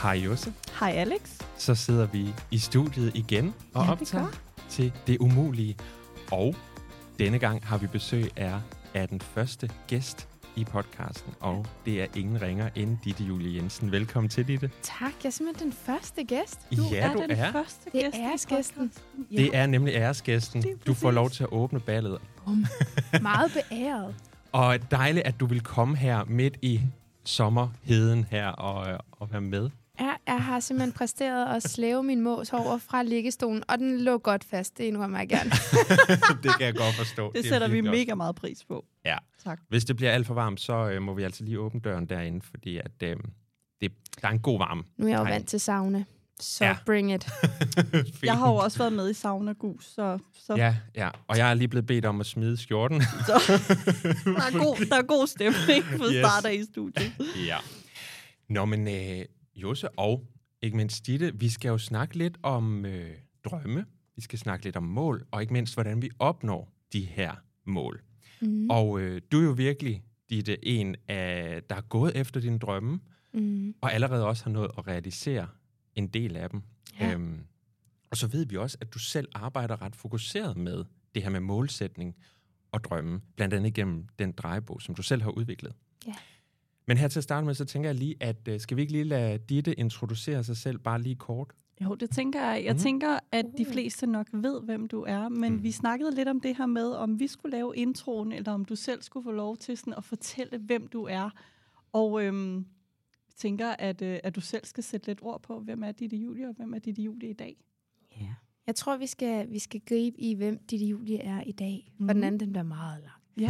Hej Josse. Hej Alex. Så sidder vi i studiet igen og optager til Det Umulige. Og denne gang har vi besøg af den første gæst i podcasten, og det er ingen ringer end Ditte Julie Jensen. Velkommen til, Ditte. Tak, jeg er simpelthen den første gæst. Du er den første Det gæst er æresgæsten. Ja. Det er nemlig æresgæsten. Du får lov til at åbne ballet. Meget beæret. Og dejligt, at du vil komme her midt i sommerheden her og være med. Ja, jeg har simpelthen præsteret at slæve min mås over fra liggestolen, og den lå godt fast. Det indrømmer jeg gerne. Det kan jeg godt forstå. Det sætter vi mega meget pris på. Ja. Tak. Hvis det bliver alt for varmt, så må vi altså lige åbne døren derinde, fordi at, der er en god varme. Nu er jeg jo vant til sauna, så Ja. bring it. Jeg har jo også været med i Sauna Gus, så Ja, og jeg er lige blevet bedt om at smide skjorten. der er god stemning for Yes. starter i studiet. Ja. Nå, men Josse og ikke mindst Ditte, vi skal jo snakke lidt om drømme. Vi skal snakke lidt om mål, og ikke mindst, hvordan vi opnår de her mål. Mm. Og du er jo virkelig, Ditte, en af, der er gået efter dine drømme, og allerede også har nået at realisere en del af dem. Ja. Og så ved vi også, at du selv arbejder ret fokuseret med det her med målsætning og drømme, blandt andet gennem den drejebog, som du selv har udviklet. Ja. Men her til at starte med, så tænker jeg lige, at skal vi ikke lige lade Ditte introducere sig selv bare lige kort? Jo, det tænker jeg. Jeg tænker, at de fleste nok ved, hvem du er, men vi snakkede lidt om det her med, om vi skulle lave introen, eller om du selv skulle få lov til sådan at fortælle, hvem du er. Og jeg tænker, at du selv skal sætte lidt ord på, hvem er Ditte Julie, og hvem er Ditte Julie i dag? Ja. Jeg tror, vi skal gribe i, hvem Ditte Julie er i dag, for den anden den bliver meget lang.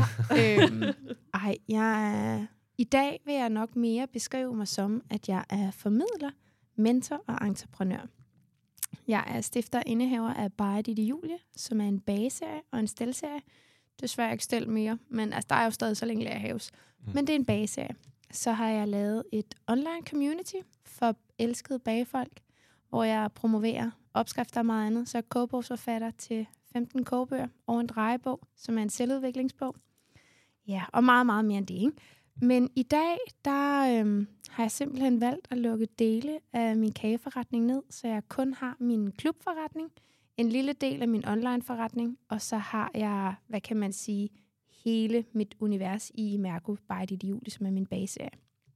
Ja. I dag vil jeg nok mere beskrive mig som, at jeg er formidler, mentor og entreprenør. Jeg er stifter og indehaver af By Ditte Julie, som er en bageserie og en stelserie. Desværre ikke stel mere, men altså, der er jo stadig så længe lærer haves. Men det er en bageserie. Så har jeg lavet et online community for elskede bagefolk, hvor jeg promoverer opskrifter og meget andet. Så er jeg kogebogsforfatter til 15 kogebøger og en drejebog, som er en selvudviklingsbog. Ja, og meget, meget mere end det, ikke? Men i dag, der har jeg simpelthen valgt at lukke dele af min kageforretning ned, så jeg kun har min klubforretning, en lille del af min online-forretning, og så har jeg, hvad kan man sige, hele mit univers i Mærko By Ditte Julie, som er min baseserie.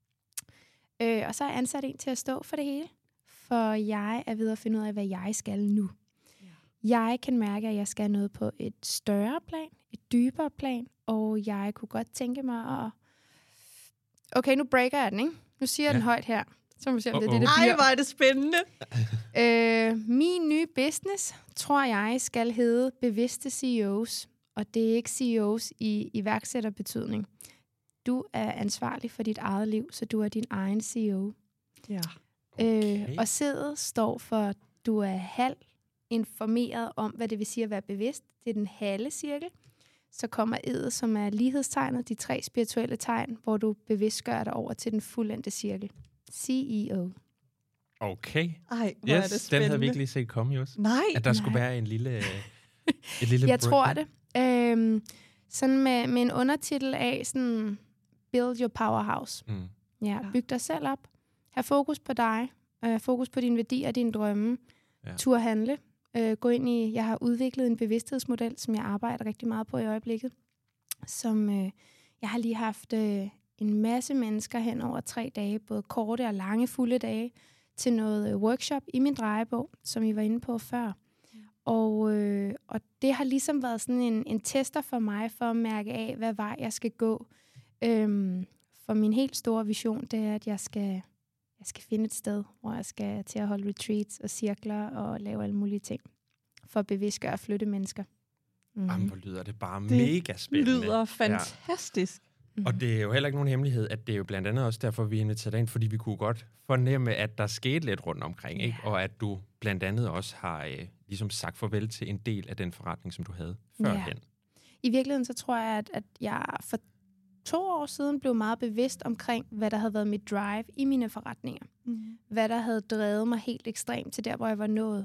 Og så har jeg ansat en til at stå for det hele, for jeg er ved at finde ud af, hvad jeg skal nu. Jeg kan mærke, at jeg skal noget på et større plan, et dybere plan, og jeg kunne godt tænke mig at... Okay, nu breaker jeg den, ikke? Nu siger jeg den højt her. Så må vi se, om det er det Ej, bliver. hvor er det spændende. Min nye business, tror jeg, skal hedde Bevidste CEOs. Og det er ikke CEOs i iværksætterbetydning. Du er ansvarlig for dit eget liv, så du er din egen CEO. Ja. Okay. Og sædet står for, at du er halv informeret om, hvad det vil sige at være bevidst. Det er den halve cirkel. Så kommer edet, som er lighedstegnet, de 3 spirituelle tegn, hvor du bevidstgør dig over til den fuldendte cirkel. CEO. Okay. Ej, hvor er det Den spændende. havde vi ikke lige set komme, Josse. Nej. At der skulle være en lille... et lille Jeg tror break. det. Sådan med en undertitel af sådan, Build Your Powerhouse. Ja, byg dig selv op. Ha' fokus på dig. Fokus på dine værdier og dine drømme. Ja. Tur handle. Gå ind i... Jeg har udviklet en bevidsthedsmodel, som jeg arbejder rigtig meget på i øjeblikket. Som jeg har lige haft en masse mennesker hen over 3 dage. Både korte og lange, fulde dage. Til noget workshop i min drejebog, som I var inde på før. Og det har ligesom været sådan en tester for mig, for at mærke af, hvad vej jeg skal gå. For min helt store vision, det er, at jeg skal finde et sted, hvor jeg skal til at holde retreats og cirkler og lave alle mulige ting. For at bevidstgøre og flytte mennesker. Jamen, hvor lyder det bare mega spændende. Det lyder fantastisk. Ja. Og det er jo heller ikke nogen hemmelighed, at det er jo blandt andet også derfor, vi inviterer dig ind, fordi vi kunne godt fornemme, at der skete lidt rundt omkring, ikke? Og at du blandt andet også har ligesom sagt farvel til en del af den forretning, som du havde førhen. Ja. I virkeligheden så tror jeg, at jeg for 2 år siden blev meget bevidst omkring, hvad der havde været mit drive i mine forretninger. Hvad der havde drevet mig helt ekstremt til der, hvor jeg var nået.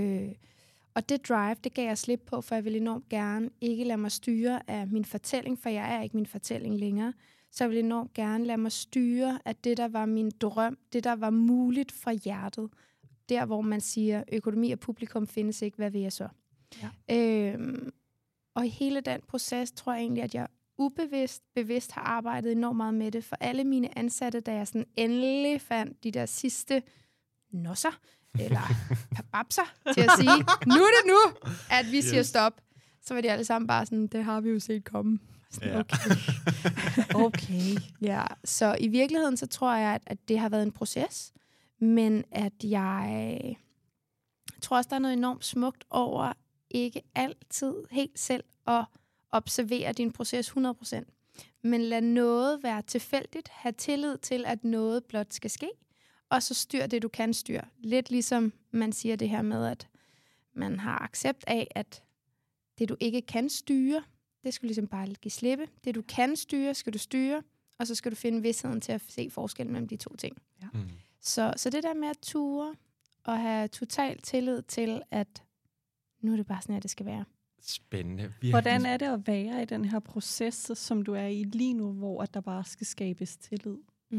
Og det drive, det gav jeg slip på, for jeg ville enormt gerne ikke lade mig styre af min fortælling, for jeg er ikke min fortælling længere. så jeg ville enormt gerne lade mig styre af det, der var min drøm, det, der var muligt fra hjertet. Der, hvor man siger, økonomi og publikum findes ikke, hvad vil jeg så? Ja. Og i hele den proces, tror jeg egentlig, at jeg bevidst har arbejdet enormt meget med det. For alle mine ansatte, da jeg sådan endelig fandt de der sidste nosser, eller babser, til at sige, nu er det nu, at vi siger stop. Så var de alle sammen bare sådan, det har vi jo set komme. Sådan, okay. Ja, så i virkeligheden, så tror jeg, at det har været en proces, men at jeg tror også, der er noget enormt smukt over ikke altid helt selv at observere din proces 100%. Men lad noget være tilfældigt, have tillid til, at noget blot skal ske, og så styr det, du kan styre. Lidt ligesom man siger det her med, at man har accept af, at det, du ikke kan styre, det skal ligesom bare give slippe. Det, du kan styre, skal du styre, og så skal du finde vidsheden til at se forskellen mellem de to ting. Ja. Så det der med at ture og have total tillid til, at nu er det bare sådan, at det skal være. Spændende. Virkelig. Hvordan er det at være i den her proces, som du er i lige nu, hvor at der bare skal skabes tillid?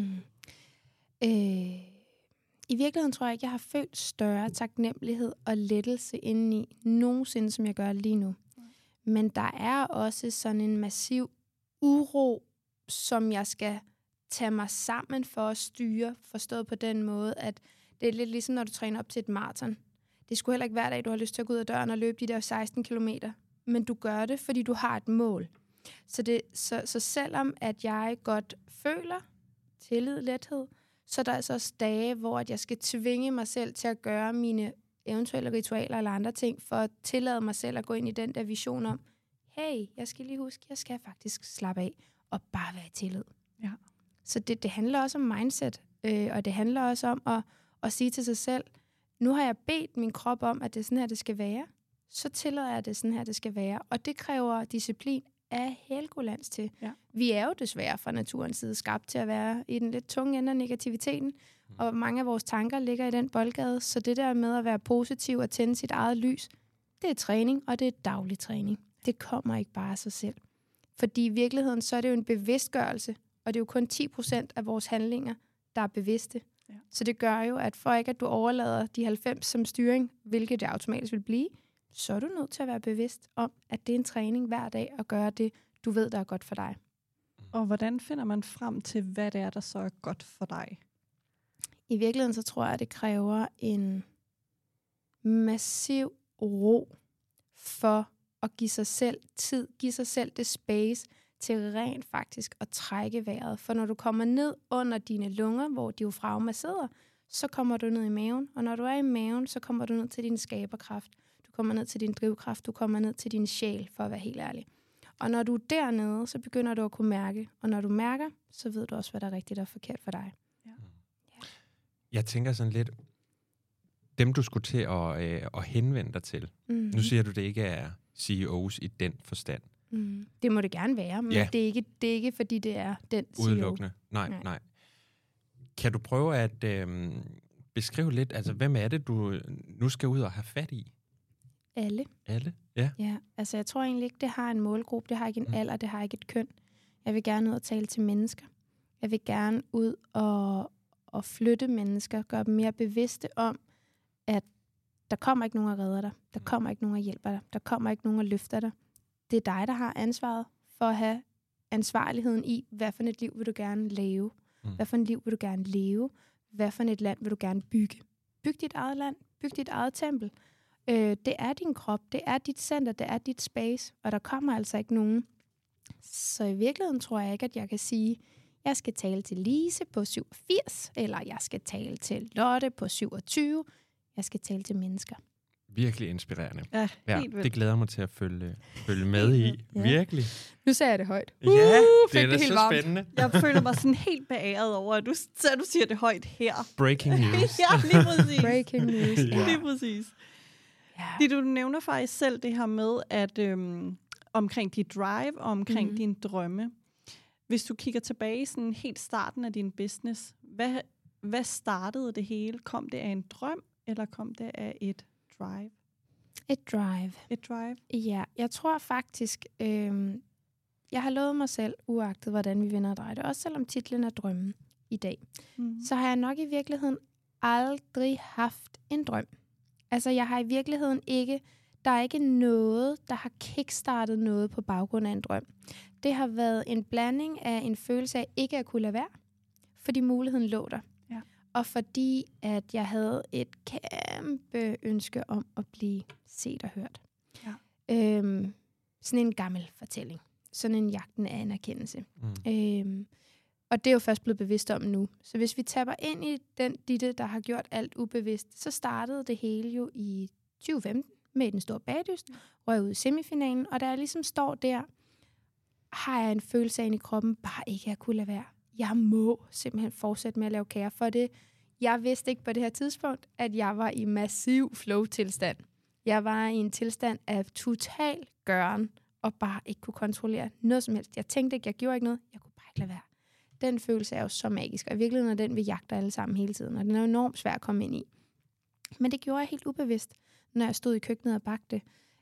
I virkeligheden tror jeg ikke, jeg har følt større taknemmelighed og lettelse indeni nogensinde, som jeg gør lige nu. Men der er også sådan en massiv uro, som jeg skal tage mig sammen for at styre, forstået på den måde, at det er lidt ligesom, når du træner op til et maraton. Det skulle heller ikke hver dag, du har lyst til at gå ud af døren og løbe de der 16 kilometer. Men du gør det, fordi du har et mål. Så selvom at jeg godt føler tillid, lethed, så er der altså også dage, hvor at jeg skal tvinge mig selv til at gøre mine eventuelle ritualer eller andre ting, for at tillade mig selv at gå ind i den der vision om, hey, jeg skal lige huske, jeg skal faktisk slappe af og bare være i tillid. Ja. Så det handler også om mindset, og det handler også om at sige til sig selv, nu har jeg bedt min krop om, at det er sådan her, det skal være, så tillader jeg, at det er sådan her, det skal være. Og det kræver disciplin af Helgolands til. Ja. Vi er jo desværre fra naturens side skabt til at være i den lidt tunge ende af negativiteten, og mange af vores tanker ligger i den boldgade, så det der med at være positiv og tænde sit eget lys, det er træning, og det er daglig træning. Det kommer ikke bare af sig selv. Fordi i virkeligheden, så er det jo en bevidstgørelse, og det er jo kun 10% af vores handlinger, der er bevidste. Ja. Så det gør jo, at for ikke at du overlader de 90 som styring, hvilket det automatisk vil blive, så er du nødt til at være bevidst om, at det er en træning hver dag at gøre det, du ved, der er godt for dig. Og hvordan finder man frem til, hvad det er, der så er godt for dig? I virkeligheden, så tror jeg, at det kræver en massiv ro for at give sig selv tid, give sig selv det space til rent faktisk at trække vejret. For når du kommer ned under dine lunger, hvor diafragma sidder, så kommer du ned i maven. Og når du er i maven, så kommer du ned til din skaberkraft. Du kommer ned til din drivkraft. Du kommer ned til din sjæl, for at være helt ærlig. Og når du er dernede, så begynder du at kunne mærke. Og når du mærker, så ved du også, hvad der er rigtigt og forkert for dig. Ja. Jeg tænker sådan lidt, dem du skulle til at henvende dig til. Mm-hmm. Nu siger du, det ikke er CEOs i den forstand. Mm. Det må det gerne være, men ja. det er ikke, fordi det er den CEO. Udelukkende. Nej. Kan du prøve at beskrive lidt, altså hvem er det, du nu skal ud og have fat i? Alle? Ja. Ja, altså jeg tror egentlig ikke, det har en målgruppe, det har ikke en alder, det har ikke et køn. Jeg vil gerne ud og tale til mennesker. Jeg vil gerne ud og flytte mennesker, gøre dem mere bevidste om, at der kommer ikke nogen at redde dig. Der kommer ikke nogen at hjælpe dig. Der kommer ikke nogen at løfte dig. Det er dig, der har ansvaret for at have ansvarligheden i, hvad for et liv vil du gerne leve? Hvad for et liv vil du gerne leve? Hvad for et land vil du gerne bygge? Byg dit eget land. Byg dit eget tempel. Det er din krop. Det er dit center. Det er dit space. Og der kommer altså ikke nogen. Så i virkeligheden tror jeg ikke, at jeg kan sige, jeg skal tale til Lise på 87, eller jeg skal tale til Lotte på 27. Jeg skal tale til mennesker. Virkelig inspirerende. Ja, helt vildt. Det glæder mig til at følge med i. Ja. Virkelig. Nu sagde jeg det højt. Ja, det er da så varmt. spændende. Jeg føler mig sådan helt beæret over, at du siger det højt her. Breaking news. Ja, lige præcis. Breaking news. Ja. Lige præcis. Ja. Du nævner faktisk selv det her med, at omkring dit drive og omkring dine drømme. Hvis du kigger tilbage sådan helt starten af din business, hvad startede det hele? Kom det af en drøm, eller kom det af et drive? Et drive. Et drive? Ja, jeg tror faktisk, Jeg har lovet mig selv, uagtet hvordan vi vender og drejer det, også selvom titlen er drømmen i dag, så har jeg nok i virkeligheden aldrig haft en drøm. Altså, jeg har i virkeligheden ikke... Der er ikke noget, der har kickstartet noget på baggrund af en drøm. Det har været en blanding af en følelse af ikke at kunne lade være, fordi muligheden lå der. Ja. Og fordi, at jeg havde et kæmpe ønske om at blive set og hørt. Ja. Sådan en gammel fortælling. Sådan en jagten af anerkendelse. Og det er jo først blevet bevidst om nu. Så hvis vi tapper ind i den Ditte, der har gjort alt ubevidst, så startede det hele jo i 2015 med den store bagdyst, røg ud i semifinalen, og da jeg ligesom står der, har jeg en følelse af i kroppen, bare ikke at kunne lade være. Jeg må simpelthen fortsætte med at lave kager for det. Jeg vidste ikke på det her tidspunkt, at jeg var i massiv flow-tilstand. Jeg var i en tilstand af total gøren, og bare ikke kunne kontrollere noget som helst. Jeg tænkte ikke, jeg gjorde ikke noget. Jeg kunne bare ikke lade være. Den følelse er jo så magisk, og i virkeligheden er den, vi jagter alle sammen hele tiden, og den er enormt svær at komme ind i. Men det gjorde jeg helt ubevidst, når jeg stod i køkkenet og bagte.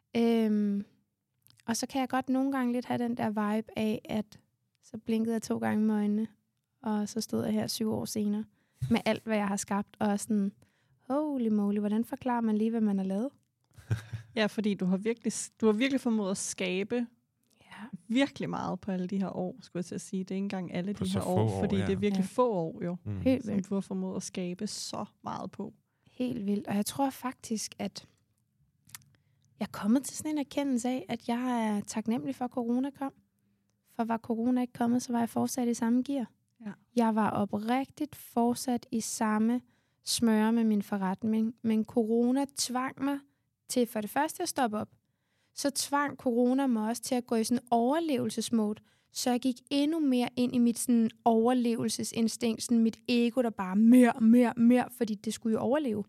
Og så kan jeg godt nogle gange lidt have den der vibe af, at så blinkede jeg 2 gange med øjnene, og så stod jeg her 7 år senere, med alt, hvad jeg har skabt, og sådan, holy moly, hvordan forklarer man lige, hvad man har lavet? Ja, fordi du har virkelig formået at skabe virkelig meget på alle de her år, skulle jeg til at sige. Det er ikke engang alle på de her år, fordi det er virkelig få år jo, som du har formået at skabe så meget på. Helt vildt. Og jeg tror faktisk, at jeg er kommet til sådan en erkendelse af, at jeg er taknemmelig for, at corona kom. For var corona ikke kommet, så var jeg fortsat i samme gear. Ja. Jeg var oprigtigt fortsat i samme smøre med min forretning. Men corona tvang mig til for det første at stoppe op. Så tvang corona mig også til at gå i sådan en overlevelsesmode. Så jeg gik endnu mere ind i mit sådan overlevelsesinstinkt, sådan mit ego, der bare mere, fordi det skulle jo overleve.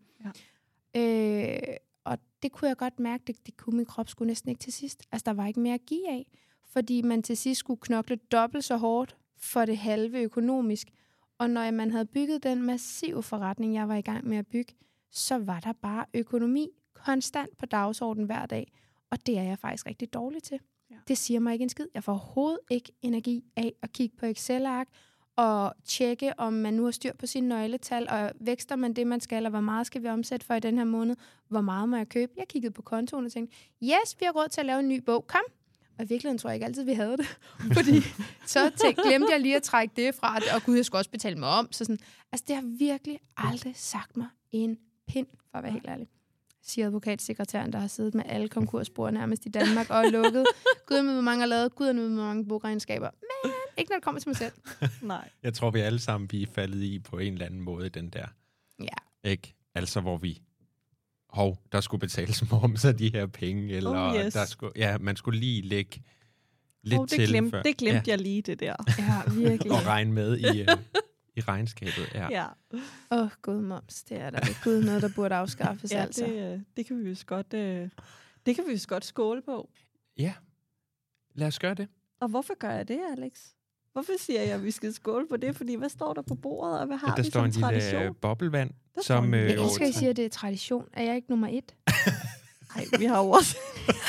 Ja. Og det kunne jeg godt mærke, det kunne min krop skulle næsten ikke til sidst. Altså, der var ikke mere at give af, fordi man til sidst skulle knokle dobbelt så hårdt for det halve økonomisk. Og når man havde bygget den massive forretning, jeg var i gang med at bygge, så var der bare økonomi konstant på dagsordenen hver dag. Og det er jeg faktisk rigtig dårlig til. Ja. Det siger mig ikke en skid. Jeg får overhovedet ikke energi af at kigge på Excel-ark og tjekke, om man nu har styr på sine nøgletal, og vækster man det, man skal, og hvor meget skal vi omsætte for i den her måned? Hvor meget må jeg købe? Jeg kiggede på kontoen og tænkte, yes, vi har råd til at lave en ny bog. Kom! Og i virkeligheden tror jeg ikke altid, vi havde det. Fordi så glemte jeg lige at trække det fra, og gud, jeg skulle også betale mig om. Så sådan, altså, det har virkelig aldrig sagt mig en pind, for at være helt ærlig. Siger advokatsekretæren, der har siddet med alle konkursspor nærmest i Danmark og lukket. Gud med, hvor mange har lavet, gud med, hvor mange bogregnskaber. Men ikke når det kommer til mig selv. Nej. Jeg tror, vi alle sammen er faldet i på en eller anden måde, den der. Ja. Ikke? Altså, hvor vi... der skulle betales moms af de her penge, eller der skulle, man skulle lige lægge lidt til. Det glemte jeg lige, det der. Ja, virkelig. Og regne med i regnskabet. Ja. Gud, moms, det er der ikke. Gud, noget, der burde afskaffes, altså. Det kan vi vist godt, det kan vi vist godt skåle på. Ja, lad os gøre det. Og hvorfor gør jeg det, Alex? Hvorfor siger jeg, at vi skal skåle på det? Fordi hvad står der på bordet, og hvad har vi som tradition? Der står en lille boblevand. Som, jeg elsker, at I siger, at det er tradition. Er jeg ikke nummer 1? Nej, vi har jo også...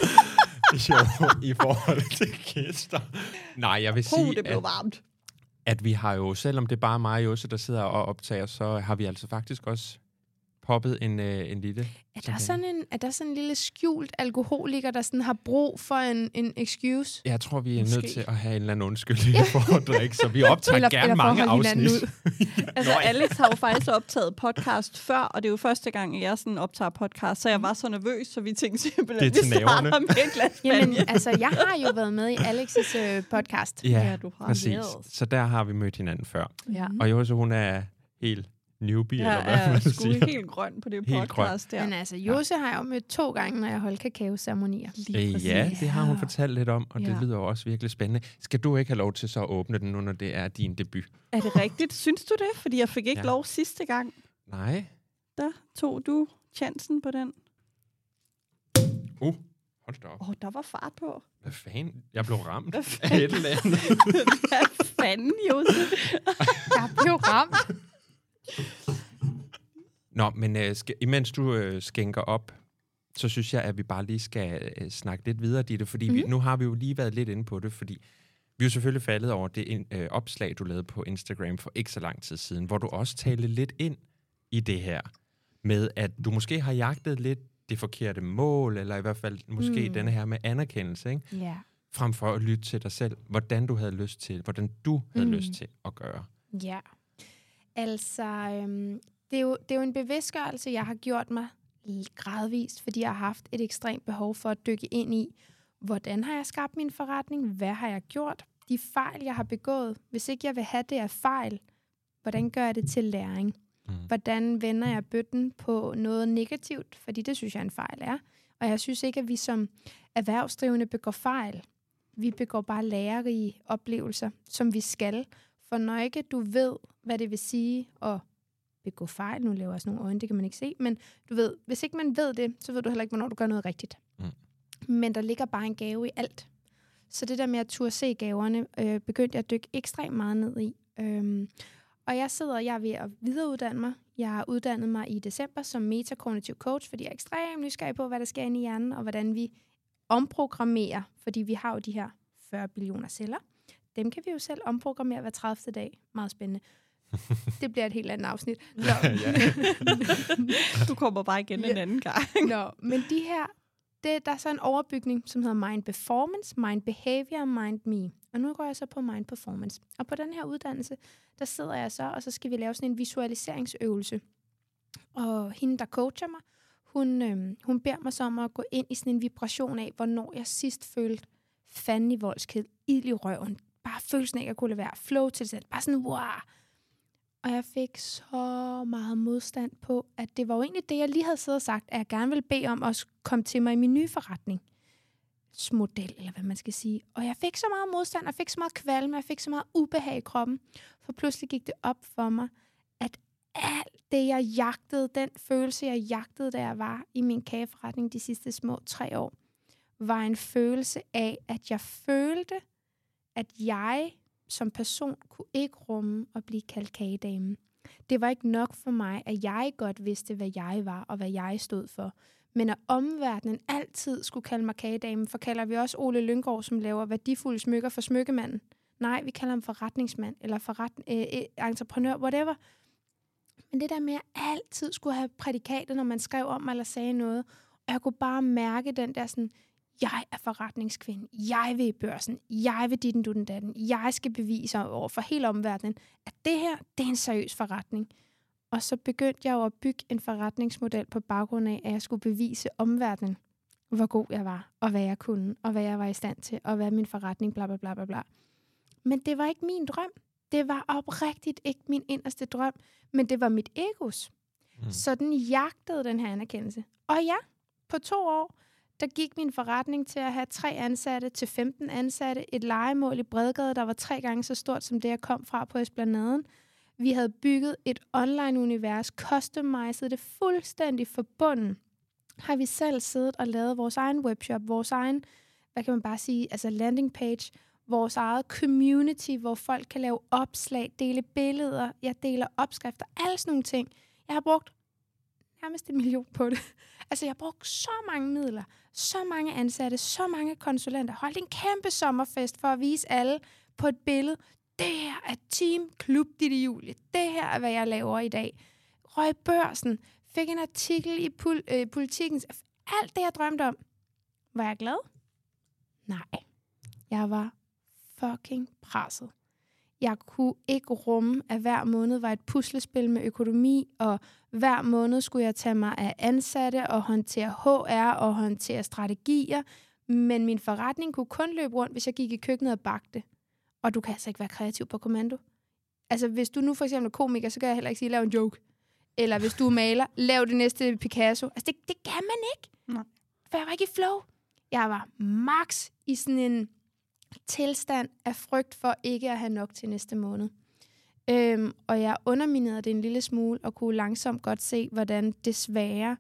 i forhold til gæster. Nej, jeg vil sige, det blev varmt. At vi har jo, selvom det er bare mig og Jose, der sidder og optager, så har vi altså faktisk også poppet en lille... Er der sådan en lille skjult alkoholiker, der sådan har brug for en excuse? Jeg tror, vi er nødt til at have en eller anden undskyldning for at drikke, så vi optager gerne mange afsnit. Altså, Alex har jo faktisk optaget podcast før, og det er jo første gang, jeg sådan optager podcast, så jeg var så nervøs, så vi tænkte simpelthen, at vi starter med et glas Jamen, altså, jeg har jo været med i Alex' podcast. Ja, du har præcis. Så der har vi mødt hinanden før. Ja. Og Jose, hun er helt... newbie, eller hvad man siger. Jeg er helt grøn på det podcast der. Men altså, Jose har jeg jo mødt 2 gange, når jeg holdt kakaoceremonier. Ja, det har hun fortalt lidt om, og det lyder jo også virkelig spændende. Skal du ikke have lov til så at åbne den nu, når det er din debut? Er det rigtigt? Synes du det? Fordi jeg fik ikke lov sidste gang. Nej. Der tog du chancen på den. Hold da op. Der var fart på. Hvad fanden? Jeg blev ramt af et eller andet. Hvad fanden, Jose? Jeg blev ramt. Nå, men imens du skænker op, så synes jeg, at vi bare lige skal snakke lidt videre i det, fordi nu har vi jo lige været lidt inde på det, fordi Vi er jo selvfølgelig faldet over det opslag, du lavede på Instagram for ikke så lang tid siden, hvor du også talte lidt ind i det her med, at du måske har jagtet lidt det forkerte mål, eller i hvert fald måske denne her med anerkendelse, ikke? Ja. Frem for at lytte til dig selv, hvordan du havde lyst til at gøre. Ja. Altså, det er jo en bevidstgørelse, jeg har gjort mig gradvist, fordi jeg har haft et ekstremt behov for at dykke ind i, hvordan har jeg skabt min forretning? Hvad har jeg gjort? De fejl, jeg har begået. Hvis ikke jeg vil have det af fejl, hvordan gør jeg det til læring? Hvordan vender jeg bøtten på noget negativt? Fordi det synes jeg en fejl er. Og jeg synes ikke, at vi som erhvervsdrivende begår fejl. Vi begår bare lærerige oplevelser, som vi skal. For når ikke du ved, hvad det vil sige at begå fejl, nu laver jeg også nogle øjne, det kan man ikke se, men du ved, hvis ikke man ved det, så ved du heller ikke, hvornår du gør noget rigtigt. Men der ligger bare en gave i alt. Så det der med at turde se gaverne, begyndte jeg at dykke ekstremt meget ned i. Og jeg er ved at videreuddanne mig. Jeg har uddannet mig i december som metakognitiv coach, fordi jeg er ekstremt nysgerrig på, hvad der sker inde i hjernen, og hvordan vi omprogrammerer, fordi vi har jo de her 40 billioner celler. Dem kan vi jo selv omprogrammere hver 30. dag. Meget spændende. Det bliver et helt andet afsnit. Du kommer bare igen en anden gang. Men de her, der er så en overbygning, som hedder Mind Performance, Mind Behavior og Mind Me. Og nu går jeg så på Mind Performance. Og på den her uddannelse, der sidder jeg så, og så skal vi lave sådan en visualiseringsøvelse. Og hende, der coacher mig, hun beder mig så om at gå ind i sådan en vibration af, hvornår jeg sidst følte fanden i voldsked, ild i røven. Bare følelsen af, at jeg kunne lade være. Flow til det. Bare sådan, wow. Og jeg fik så meget modstand på, at det var jo egentlig det, jeg lige havde siddet og sagt, at jeg gerne ville bede om at komme til mig i min nye forretningsmodel, eller hvad man skal sige. Og jeg fik så meget modstand, og jeg fik så meget kvalme, og jeg fik så meget ubehag i kroppen. For pludselig gik det op for mig, at alt det, jeg jagtede, den følelse, jeg jagtede, da jeg var i min kageforretning de sidste små 3 år, var en følelse af, at jeg følte, at jeg som person kunne ikke rumme at blive kaldt kagedamen. Det var ikke nok for mig, at jeg godt vidste, hvad jeg var og hvad jeg stod for. Men at omverdenen altid skulle kalde mig kagedamen, for kalder vi også Ole Lynggaard, som laver værdifulde smykker for smykkemanden. Nej, vi kalder ham forretningsmand eller entreprenør, whatever. Men det der med at altid skulle have prædikatet, når man skrev om mig eller sagde noget, og jeg kunne bare mærke den der sådan, jeg er forretningskvinde, jeg vil i børsen, jeg vil ditten, dutten, datten, jeg skal bevise over for hele omverdenen, at det her, det er en seriøs forretning. Og så begyndte jeg jo at bygge en forretningsmodel på baggrund af, at jeg skulle bevise omverdenen, hvor god jeg var, og hvad jeg kunne, og hvad jeg var i stand til, og hvad min forretning, bla bla bla bla bla. Men det var ikke min drøm. Det var oprigtigt ikke min inderste drøm, men det var mit egos. Så den jagtede den her anerkendelse. Og ja, på 2 år, der gik min forretning til at have 3 ansatte til 15 ansatte. Et lejemål i Bredgade, der var 3 gange så stort, som det jeg kom fra på Esplanaden. Vi havde bygget et online-univers, customized det fuldstændig forbundet. Har vi selv siddet og lavet vores egen webshop, vores egen, hvad kan man bare sige, altså landing page, vores eget community, hvor folk kan lave opslag, dele billeder, jeg deler opskrifter, alle sådan nogle ting. Jeg har brugt nærmest 1 million på det. Altså, jeg har brugt så mange midler, så mange ansatte, så mange konsulenter. Holdt en kæmpe sommerfest for at vise alle på et billede. Det her er Team Klub Ditte Julie. Det her er, hvad jeg laver i dag. Røg Børsen. Fik en artikel i Politikken. Alt det, jeg drømte om. Var jeg glad? Nej. Jeg var fucking presset. Jeg kunne ikke rumme, at hver måned var et puslespil med økonomi, og hver måned skulle jeg tage mig af ansatte og håndtere HR og håndtere strategier. Men min forretning kunne kun løbe rundt, hvis jeg gik i køkkenet og bagte. Og du kan altså ikke være kreativ på kommando. Altså, hvis du nu for eksempel er komiker, så kan jeg heller ikke sige, lav en joke. Eller hvis du er maler, lav det næste Picasso. Altså, det kan man ikke. Nej. For jeg var ikke i flow. Jeg var max i sådan en tilstand af frygt for ikke at have nok til næste måned. Og jeg underminerede det en lille smule, og kunne langsomt godt se, hvordan desværre,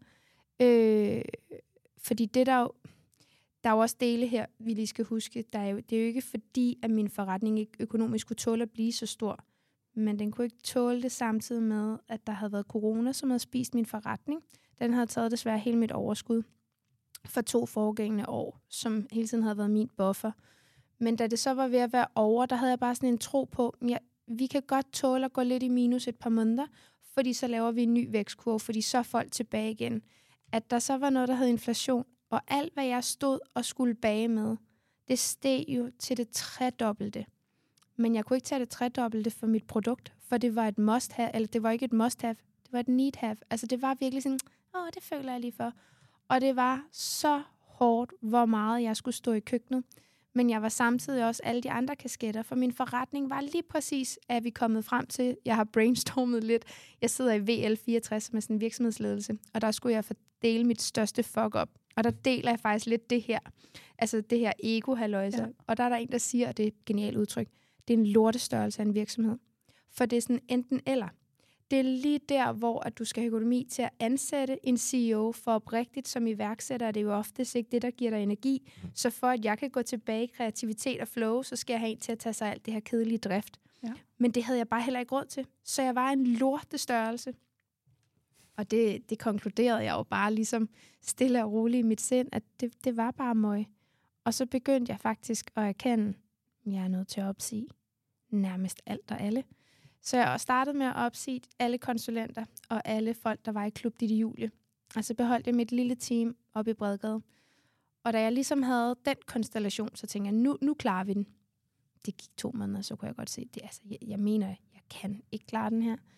fordi det der er jo også dele her, vi lige skal huske, det er jo ikke fordi, at min forretning ikke økonomisk kunne tåle at blive så stor, men den kunne ikke tåle det samtidig med, at der havde været corona, som havde spist min forretning. Den havde taget desværre hele mit overskud for 2 foregængende år, som hele tiden havde været min buffer. Men da det så var ved at være over, der havde jeg bare sådan en tro på, vi kan godt tåle at gå lidt i minus et par måneder, fordi så laver vi en ny vækstkurve, fordi så er folk tilbage igen. At der så var noget, der hed inflation, og alt, hvad jeg stod og skulle bage med, det steg jo til det 3-dobbelte. Men jeg kunne ikke tage det 3-dobbelte for mit produkt, for det var et must-have, eller det var ikke et must-have, det var et need-have. Altså det var virkelig sådan, det føler jeg lige for. Og det var så hårdt, hvor meget jeg skulle stå i køkkenet. Men jeg var samtidig også alle de andre kasketter, for min forretning var lige præcis, at vi kommet frem til, jeg har brainstormet lidt. Jeg sidder i VL64 som er sådan en virksomhedsledelse, og der skulle jeg fordele mit største fuck-up. Og der deler jeg faktisk lidt det her, altså det her ego-halløjse. Ja. Og der er der en, der siger, og det er et genialt udtryk, det er en lortestørrelse af en virksomhed. For det er sådan enten eller. Det er lige der, hvor at du skal have økonomi til at ansætte en CEO for oprigtigt som iværksætter. Det er jo oftest ikke det, der giver dig energi. Så for at jeg kan gå tilbage i kreativitet og flow, så skal jeg have en til at tage sig alt det her kedelige drift. Ja. Men det havde jeg bare heller ikke råd til. Så jeg var en lortestørrelse. Og det konkluderede jeg jo bare ligesom stille og roligt i mit sind, at det var bare møg. Og så begyndte jeg faktisk at erkende, at jeg er nødt til at opsige nærmest alt og alle. Så jeg startede med at opsige alle konsulenter og alle folk, der var i Klub Ditte Julie. Og så beholdt jeg mit lille team oppe i Bredgade. Og da jeg ligesom havde den konstellation, så tænkte jeg, nu klarer vi den. Det gik 2 måneder, så kunne jeg godt se, jeg mener, jeg kan ikke klare den her.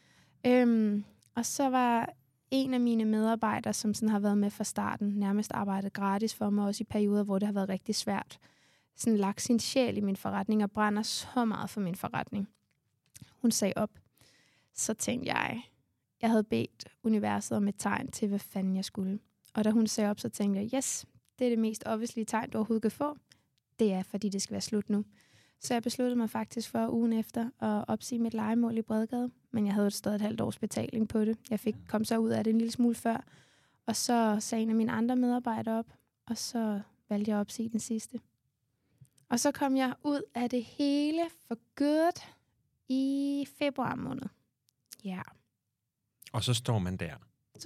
Og så var en af mine medarbejdere, som sådan har været med fra starten, nærmest arbejdet gratis for mig, også i perioder, hvor det har været rigtig svært, sådan lagt sin sjæl i min forretning og brænder så meget for min forretning. Hun sagde op. Så tænkte jeg havde bedt universet om et tegn til, hvad fanden jeg skulle. Og da hun sagde op, så tænkte jeg, yes, det er det mest obviously tegn, du overhovedet kan få. Det er, fordi det skal være slut nu. Så jeg besluttede mig faktisk for ugen efter at opsige mit lejemål i Bredgade. Men jeg havde jo stadig et halvt års betaling på det. Jeg kom så ud af det en lille smule før. Og så sagde en af mine andre medarbejdere op. Og så valgte jeg at opsige den sidste. Og så kom jeg ud af det hele for good i februar måned. Ja. Og så står man der.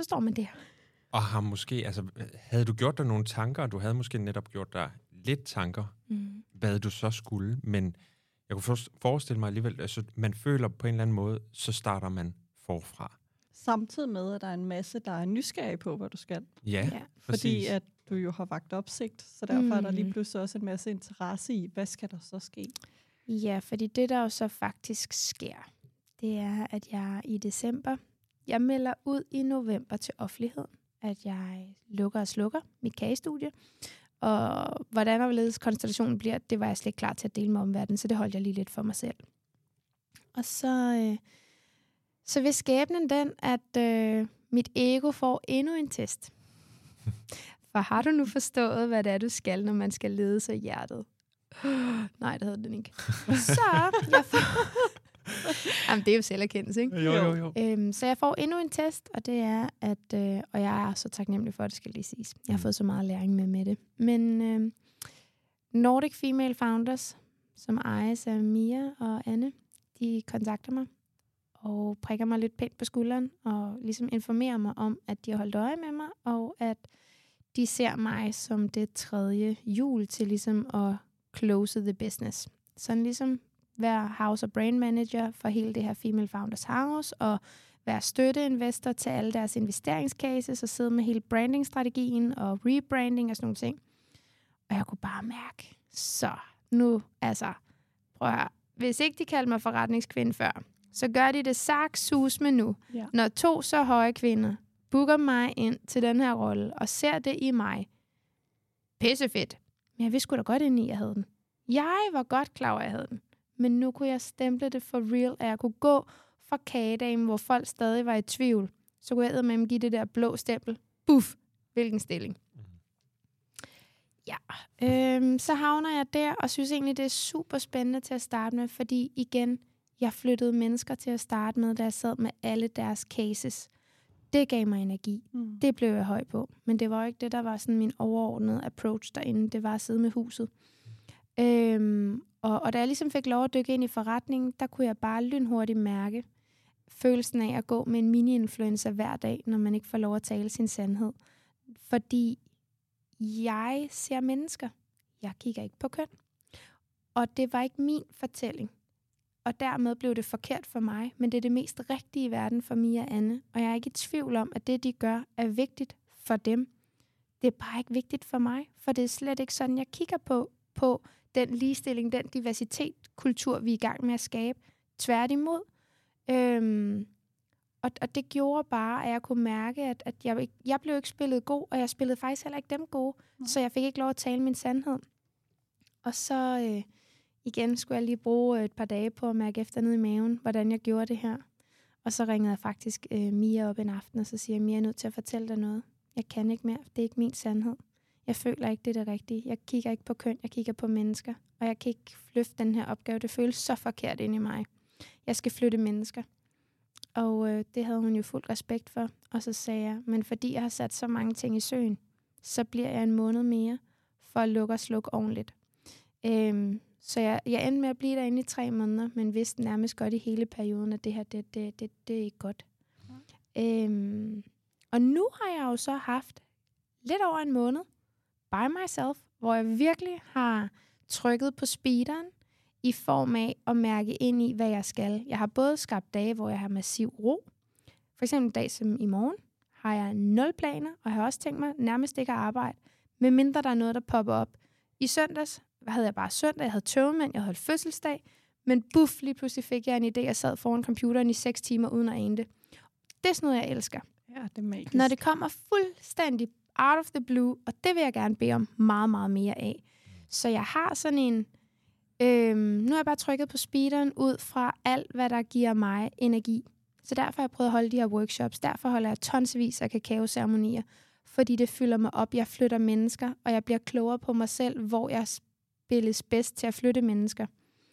Og har måske, altså, havde du gjort dig nogle tanker, og du havde måske netop gjort dig lidt tanker, hvad du så skulle, men jeg kunne forestille mig alligevel, altså, man føler på en eller anden måde, så starter man forfra. Samtidig med, at der er en masse, der er nysgerrige på, hvad du skal. Ja, fordi at du jo har vagt opsigt, så derfor er der lige pludselig også en masse interesse i, hvad skal der så ske? Ja, fordi det, der jo så faktisk sker, det er, at jeg i december, jeg melder ud i november til offentligheden, at jeg lukker og slukker mit kagestudie. Og hvordan overledes konstellationen bliver, det var jeg slet ikke klar til at dele med omverdenen, så det holdt jeg lige lidt for mig selv. Og så vil skæbnen den, at mit ego får endnu en test. For har du nu forstået, hvad det er, du skal, når man skal lede sig hjertet? Nej, det havde den ikke. Så jeg får... Jamen, det er jo selverkendelse, ikke? Jo. Så jeg får endnu en test, og det er, at... og jeg er så taknemmelig for, at det skal lige siges. Jeg har fået så meget læring med det. Men Nordic Female Founders, som ejes af Mia og Anne, de kontakter mig og prikker mig lidt pænt på skulderen og ligesom informerer mig om, at de har holdt øje med mig, og at de ser mig som det 3. hjul til ligesom at close the business. Sådan ligesom være house og brand manager for hele det her Female Founders House, og være støtteinvestor til alle deres investeringscases, og sidde med hele brandingstrategien og rebranding og sådan nogle ting. Og jeg kunne bare mærke, så nu, altså, prøv at høre, hvis ikke de kaldte mig forretningskvinde før, så gør de det sus med nu. Ja. Når 2 så høje kvinder booker mig ind til den her rolle, og ser det i mig. Pissefedt. Men jeg vidste sgu da godt ind i, at jeg havde den. Jeg var godt klar over, at jeg havde den. Men nu kunne jeg stemple det for real, at jeg kunne gå fra kagedagen, hvor folk stadig var i tvivl. Så kunne jeg eddermame give det der blå stempel. Buff! Hvilken stilling. Ja. Så havner jeg der, og synes egentlig, det er super spændende til at starte med, fordi igen, jeg flyttede mennesker til at starte med, da jeg sad med alle deres cases. Det gav mig energi. Det blev jeg høj på. Men det var jo ikke det, der var sådan min overordnede approach derinde. Det var at sidde med huset. Og da jeg ligesom fik lov at dykke ind i forretningen, der kunne jeg bare lynhurtigt mærke følelsen af at gå med en mini-influencer hver dag, når man ikke får lov at tale sin sandhed. Fordi jeg ser mennesker. Jeg kigger ikke på køn. Og det var ikke min fortælling. Og dermed blev det forkert for mig, men det er det mest rigtige i verden for Mia og Anne. Og jeg er ikke i tvivl om, at det, de gør, er vigtigt for dem. Det er bare ikke vigtigt for mig, for det er slet ikke sådan, jeg kigger på den ligestilling, den diversitetskultur, vi er i gang med at skabe. Tværtimod. Og det gjorde bare, at jeg kunne mærke, at jeg blev ikke spillet god, og jeg spillede faktisk heller ikke dem gode. Så jeg fik ikke lov at tale min sandhed. Og så igen skulle jeg lige bruge et par dage på at mærke efter ned i maven, hvordan jeg gjorde det her. Og så ringede jeg faktisk Mia op en aften, og så siger jeg, Mia er nødt til at fortælle dig noget. Jeg kan ikke mere, det er ikke min sandhed. Jeg føler ikke, det er det rigtige. Jeg kigger ikke på køn, jeg kigger på mennesker. Og jeg kan ikke flytte den her opgave. Det føles så forkert inde i mig. Jeg skal flytte mennesker. Og det havde hun jo fuld respekt for. Og så sagde jeg, men fordi jeg har sat så mange ting i søen, så bliver jeg en måned mere for at lukke og slukke ordentligt. Så jeg endte med at blive derinde i 3 måneder, men vidste nærmest godt i hele perioden, at det her, det er ikke godt. Og nu har jeg jo så haft lidt over en måned by myself, hvor jeg virkelig har trykket på speederen i form af at mærke ind i, hvad jeg skal. Jeg har både skabt dage, hvor jeg har massiv ro. For eksempel en dag som i morgen har jeg 0 planer, og jeg har også tænkt mig nærmest ikke at arbejde, medmindre der er noget, der popper op. I søndags havde jeg bare søndag, jeg havde tøvmænd, jeg havde fødselsdag, men buff, lige pludselig fik jeg en idé, jeg sad foran computeren i 6 timer uden at ane det. Det er sådan noget, jeg elsker. Ja, det er magisk. Når det kommer fuldstændig out of the blue, og det vil jeg gerne bede om meget, meget mere af. Så jeg har sådan en... nu har jeg bare trykket på speederen ud fra alt, hvad der giver mig energi. Så derfor har jeg prøvet at holde de her workshops. Derfor holder jeg tonsvis af kakaoceremonier. Fordi det fylder mig op. Jeg flytter mennesker, og jeg bliver klogere på mig selv, hvor jeg spilles bedst til at flytte mennesker.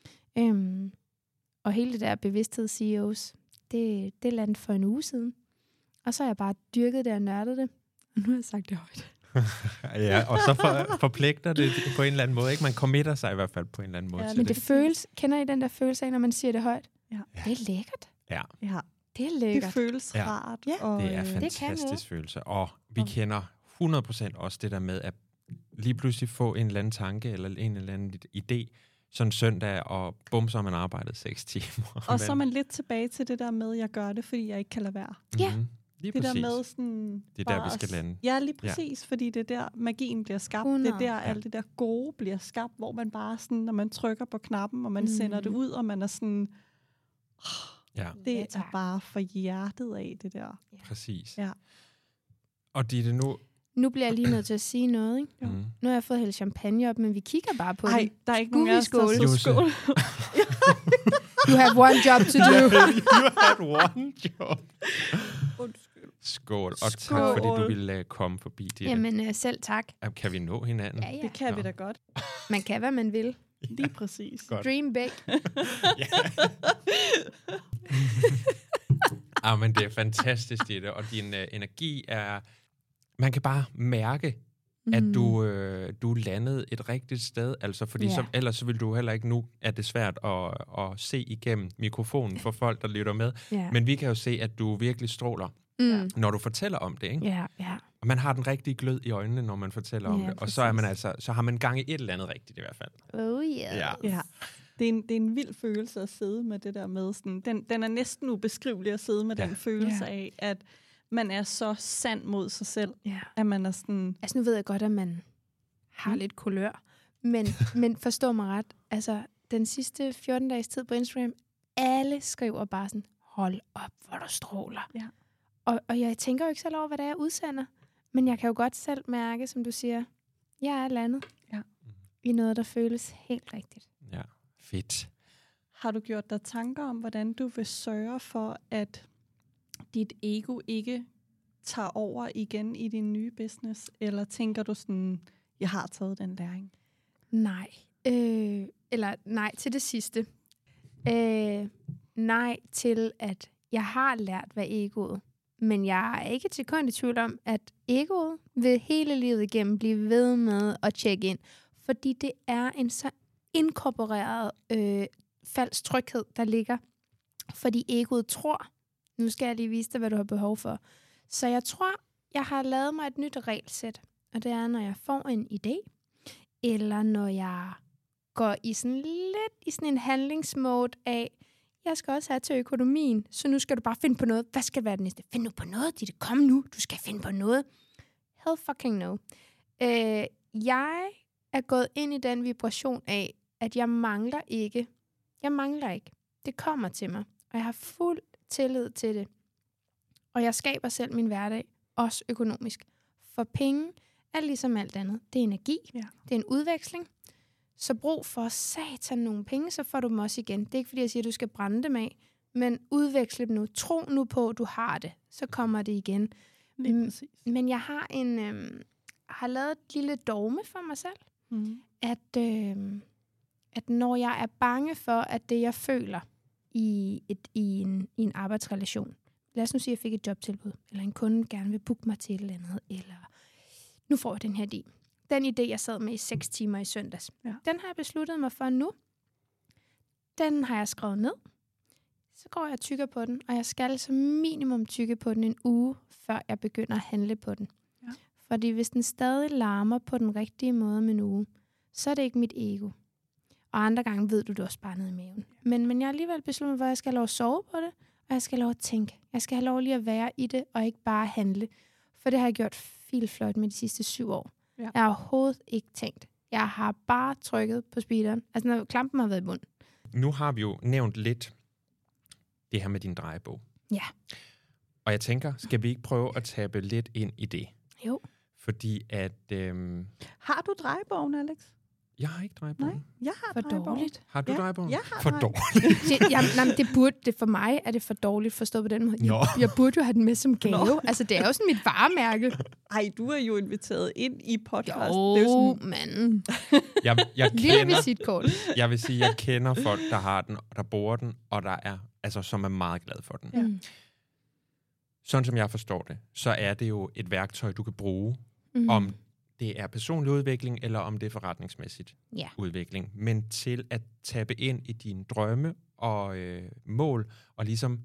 Og hele det der bevidsthed-CEOs, det landede for en uge siden. Og så har jeg bare dyrket det og nørdet det. Og nu har jeg sagt det højt. Ja, og så forpligter det på en eller anden måde. Ikke? Man committer sig i hvert fald på en eller anden måde. Ja, men det føles, kender I den der følelse af, når man siger det højt? Ja. Det er lækkert. Ja. Det er lækkert. Det føles rart. Ja. Og, det er fantastisk følelse. Og vi kender 100% også det der med, at lige pludselig få en eller anden tanke, eller en eller anden idé, sådan søndag, og bum, så har man arbejdet 6 timer. Og så er man lidt tilbage til det der med, at jeg gør det, fordi jeg ikke kan lade være. Ja. Lige det præcis. der med sådan... Det er der, vi skal lande. Ja, lige præcis, fordi det er der, magien bliver skabt. 100. Det er der, alt det der gode bliver skabt, hvor man bare sådan, når man trykker på knappen, og man sender det ud, og man er sådan... Det er bare for hjertet af, det der. Ja. Præcis. Ja. Og det nu... Nu bliver jeg lige nødt til at sige noget, ikke? Nu har jeg fået hældt champagne op, men vi kigger bare på det. Der er ikke nogen af os, der så skål. You have one job to do. You had one job. Skål, og tak fordi du ville komme forbi det. Jamen selv tak. Kan vi nå hinanden? Ja. Det kan vi da godt. Man kan, hvad man vil. Lige præcis. Godt. Dream big. Men det er fantastisk, det, og din energi er... Man kan bare mærke, at du landede et rigtigt sted, altså fordi ellers så vil du heller ikke, nu er det svært at se igennem mikrofonen for folk, der lytter med, men vi kan jo se, at du virkelig stråler, når du fortæller om det, ikke? Ja. Og man har den rigtige glød i øjnene, når man fortæller om det, og så er man altså, så har man gang i et eller andet rigtigt i hvert fald. Oh yeah. Ja. Det er en vild følelse at sidde med det der med, sådan, den er næsten ubeskrivelig at sidde med den følelse af, at man er så sand mod sig selv, at man er sådan... Altså nu ved jeg godt, at man har lidt kulør, men forstå mig ret, altså den sidste 14 dages tid på Instagram, alle skriver bare sådan, hold op, hvor du stråler. Ja. Og jeg tænker jo ikke selv over, hvad det er, jeg udsender, men jeg kan jo godt selv mærke, som du siger, jeg er landet i noget, der føles helt rigtigt. Ja, fedt. Har du gjort dig tanker om, hvordan du vil sørge for, at dit ego ikke tager over igen i din nye business? Eller tænker du sådan, jeg har taget den læring? Nej. Eller nej til det sidste. Nej til, at jeg har lært, hvad egoet. Men jeg er ikke til kun i tvivl om, at egoet vil hele livet igennem blive ved med at tjekke ind. Fordi det er en så inkorporeret falsk tryghed, der ligger. Fordi egoet tror, nu skal jeg lige vise dig, hvad du har behov for. Så jeg tror, jeg har lavet mig et nyt regelsæt. Og det er, når jeg får en idé, eller når jeg går i sådan lidt i sådan en handlingsmode af, jeg skal også have til økonomien, så nu skal du bare finde på noget. Hvad skal være det næste? Find nu på noget, Ditte. Kom nu, du skal finde på noget. Hell fucking no. Jeg er gået ind i den vibration af, at jeg mangler ikke. Det kommer til mig, og jeg har fuld tillid til det. Og jeg skaber selv min hverdag, også økonomisk. For penge er ligesom alt andet. Det er energi, det er en udveksling. Så brug for satan nogle penge, så får du dem også igen. Det er ikke fordi, jeg siger, at du skal brænde dem af, men udveksle dem nu. Tro nu på, at du har det. Så kommer det igen. Men jeg har har lavet et lille dogme for mig selv, at når jeg er bange for, at det, jeg føler i en arbejdsrelation, lad os nu sige, at jeg fik et jobtilbud, eller en kunde gerne vil booke mig til et eller andet, eller nu får jeg den her idé. Den idé, jeg sad med i 6 timer i søndags, den har jeg besluttet mig for nu. Den har jeg skrevet ned. Så går jeg og tykker på den, og jeg skal som minimum tykke på den en uge, før jeg begynder at handle på den. Ja. Fordi hvis den stadig larmer på den rigtige måde om en uge, så er det ikke mit ego. Og andre gange ved du det også bare nede i maven. Men jeg har alligevel besluttet, hvor jeg skal have lov at sove på det, og jeg skal have lov at tænke. Jeg skal have lov lige at være i det, og ikke bare handle. For det har jeg gjort filfløjt med de sidste 7 år. Ja. Jeg har overhovedet ikke tænkt. Jeg har bare trykket på speederen. Altså, når klampen har været i bunden. Nu har vi jo nævnt lidt det her med din drejebog. Ja. Og jeg tænker, skal vi ikke prøve at tabe lidt ind i det? Jo. Fordi at... Har du drejebogen, Alex? Jeg har ikke drejebogen. Nej, jeg har for drejebogen. Dårligt. Har du drejebogen? Jeg har for dårligt. Det burde det for mig, er det for dårligt forstået på den måde. Jeg burde jo have den med som gave. Altså, det er jo sådan mit varemærke. Ej, du er jo inviteret ind i podcasten. Jo, det er jo sådan... mand. Jeg Lille visitkort. Jeg vil sige, jeg kender folk, der har den, der bruger den, og der er, altså, som er meget glad for den. Ja. Sådan som jeg forstår det, så er det jo et værktøj, du kan bruge, om det er personlig udvikling, eller om det er forretningsmæssigt udvikling. Men til at tappe ind i dine drømme og mål, og ligesom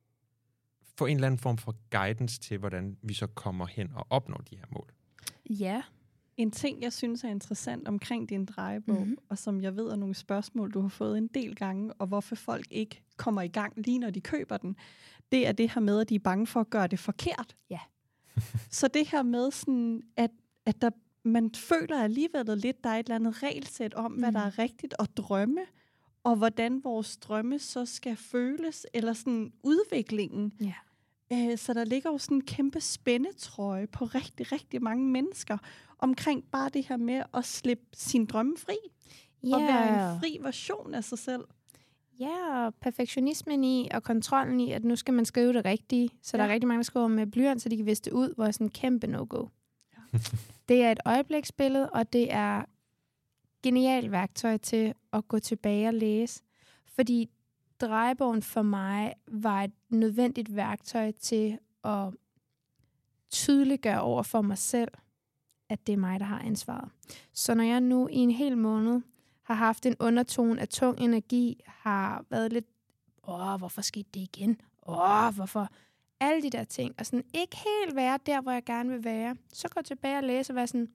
få en eller anden form for guidance til, hvordan vi så kommer hen og opnår de her mål. Ja. En ting, jeg synes er interessant omkring din drejebog, og som jeg ved er nogle spørgsmål, du har fået en del gange, og hvorfor folk ikke kommer i gang lige når de køber den, det er det her med, at de er bange for at gøre det forkert. Ja. Så det her med, sådan, at man føler alligevel lidt, der er et eller andet regelsæt om, hvad der er rigtigt at drømme, og hvordan vores drømme så skal føles, eller sådan udviklingen. Ja. Så der ligger jo sådan en kæmpe spændetrøje på rigtig, rigtig mange mennesker, omkring bare det her med at slippe sin drømme fri, og være en fri version af sig selv. Ja, og perfektionismen i, og kontrollen i, at nu skal man skrive det rigtige. Så der er rigtig mange, der skriver med blyant, så de kan viste ud, hvor er sådan en kæmpe no-go. Ja. Det er et øjebliksbillede, og det er genialt værktøj til at gå tilbage og læse. Fordi drejebogen for mig var et nødvendigt værktøj til at tydeliggøre over for mig selv, at det er mig, der har ansvaret. Så når jeg nu i en hel måned har haft en undertone af tung energi, har været lidt, hvorfor skete det igen? Hvorfor? Alle de der ting. Og sådan ikke helt være der, hvor jeg gerne vil være. Så går jeg tilbage og læser og være sådan,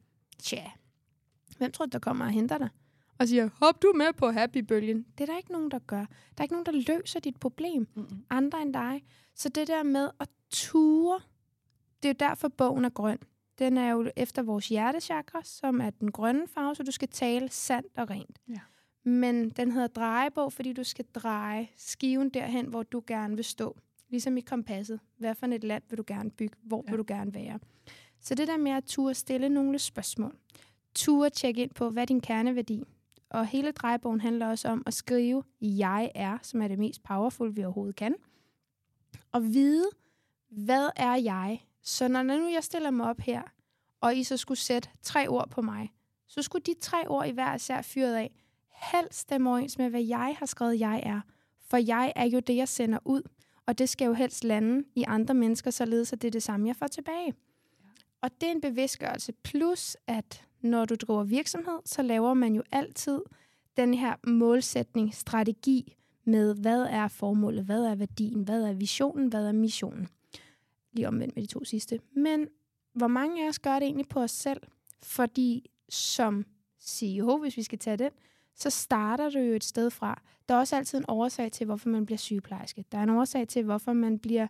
hvem tror du, der kommer og henter dig? Og siger, hop du med på happy-bølgen. Det er der ikke nogen, der gør. Der er ikke nogen, der løser dit problem. Andre end dig. Så det der med at ture, det er jo derfor, bogen er grøn. Den er jo efter vores hjertechakra, som er den grønne farve, så du skal tale sandt og rent. Ja. Men den hedder drejebog, fordi du skal dreje skiven derhen, hvor du gerne vil stå. Ligesom i kompasset. Hvad for et land vil du gerne bygge? Hvor vil du gerne være? Så det der med at turde stille nogle spørgsmål. Turde tjekke ind på, hvad er din kerneværdi? Og hele drejebogen handler også om at skrive, jeg er, som er det mest powerful, vi overhovedet kan. Og vide, hvad er jeg? Så når nu jeg stiller mig op her, og I så skulle sætte 3 ord på mig, så skulle de 3 ord i hver især fyret af helst stemme overens med, hvad jeg har skrevet, jeg er. For jeg er jo det, jeg sender ud, og det skal jo helst lande i andre mennesker, således at det er det samme, jeg får tilbage. Ja. Og det er en bevidstgørelse, plus at når du driver virksomhed, så laver man jo altid den her målsætning, strategi med, hvad er formålet, hvad er værdien, hvad er visionen, hvad er missionen. Lige omvendt med de 2 sidste. Men hvor mange af os gør det egentlig på os selv? Fordi som CEO, hvis vi skal tage den, så starter du jo et sted fra. Der er også altid en årsag til, hvorfor man bliver sygeplejerske. Der er en årsag til, hvorfor man bliver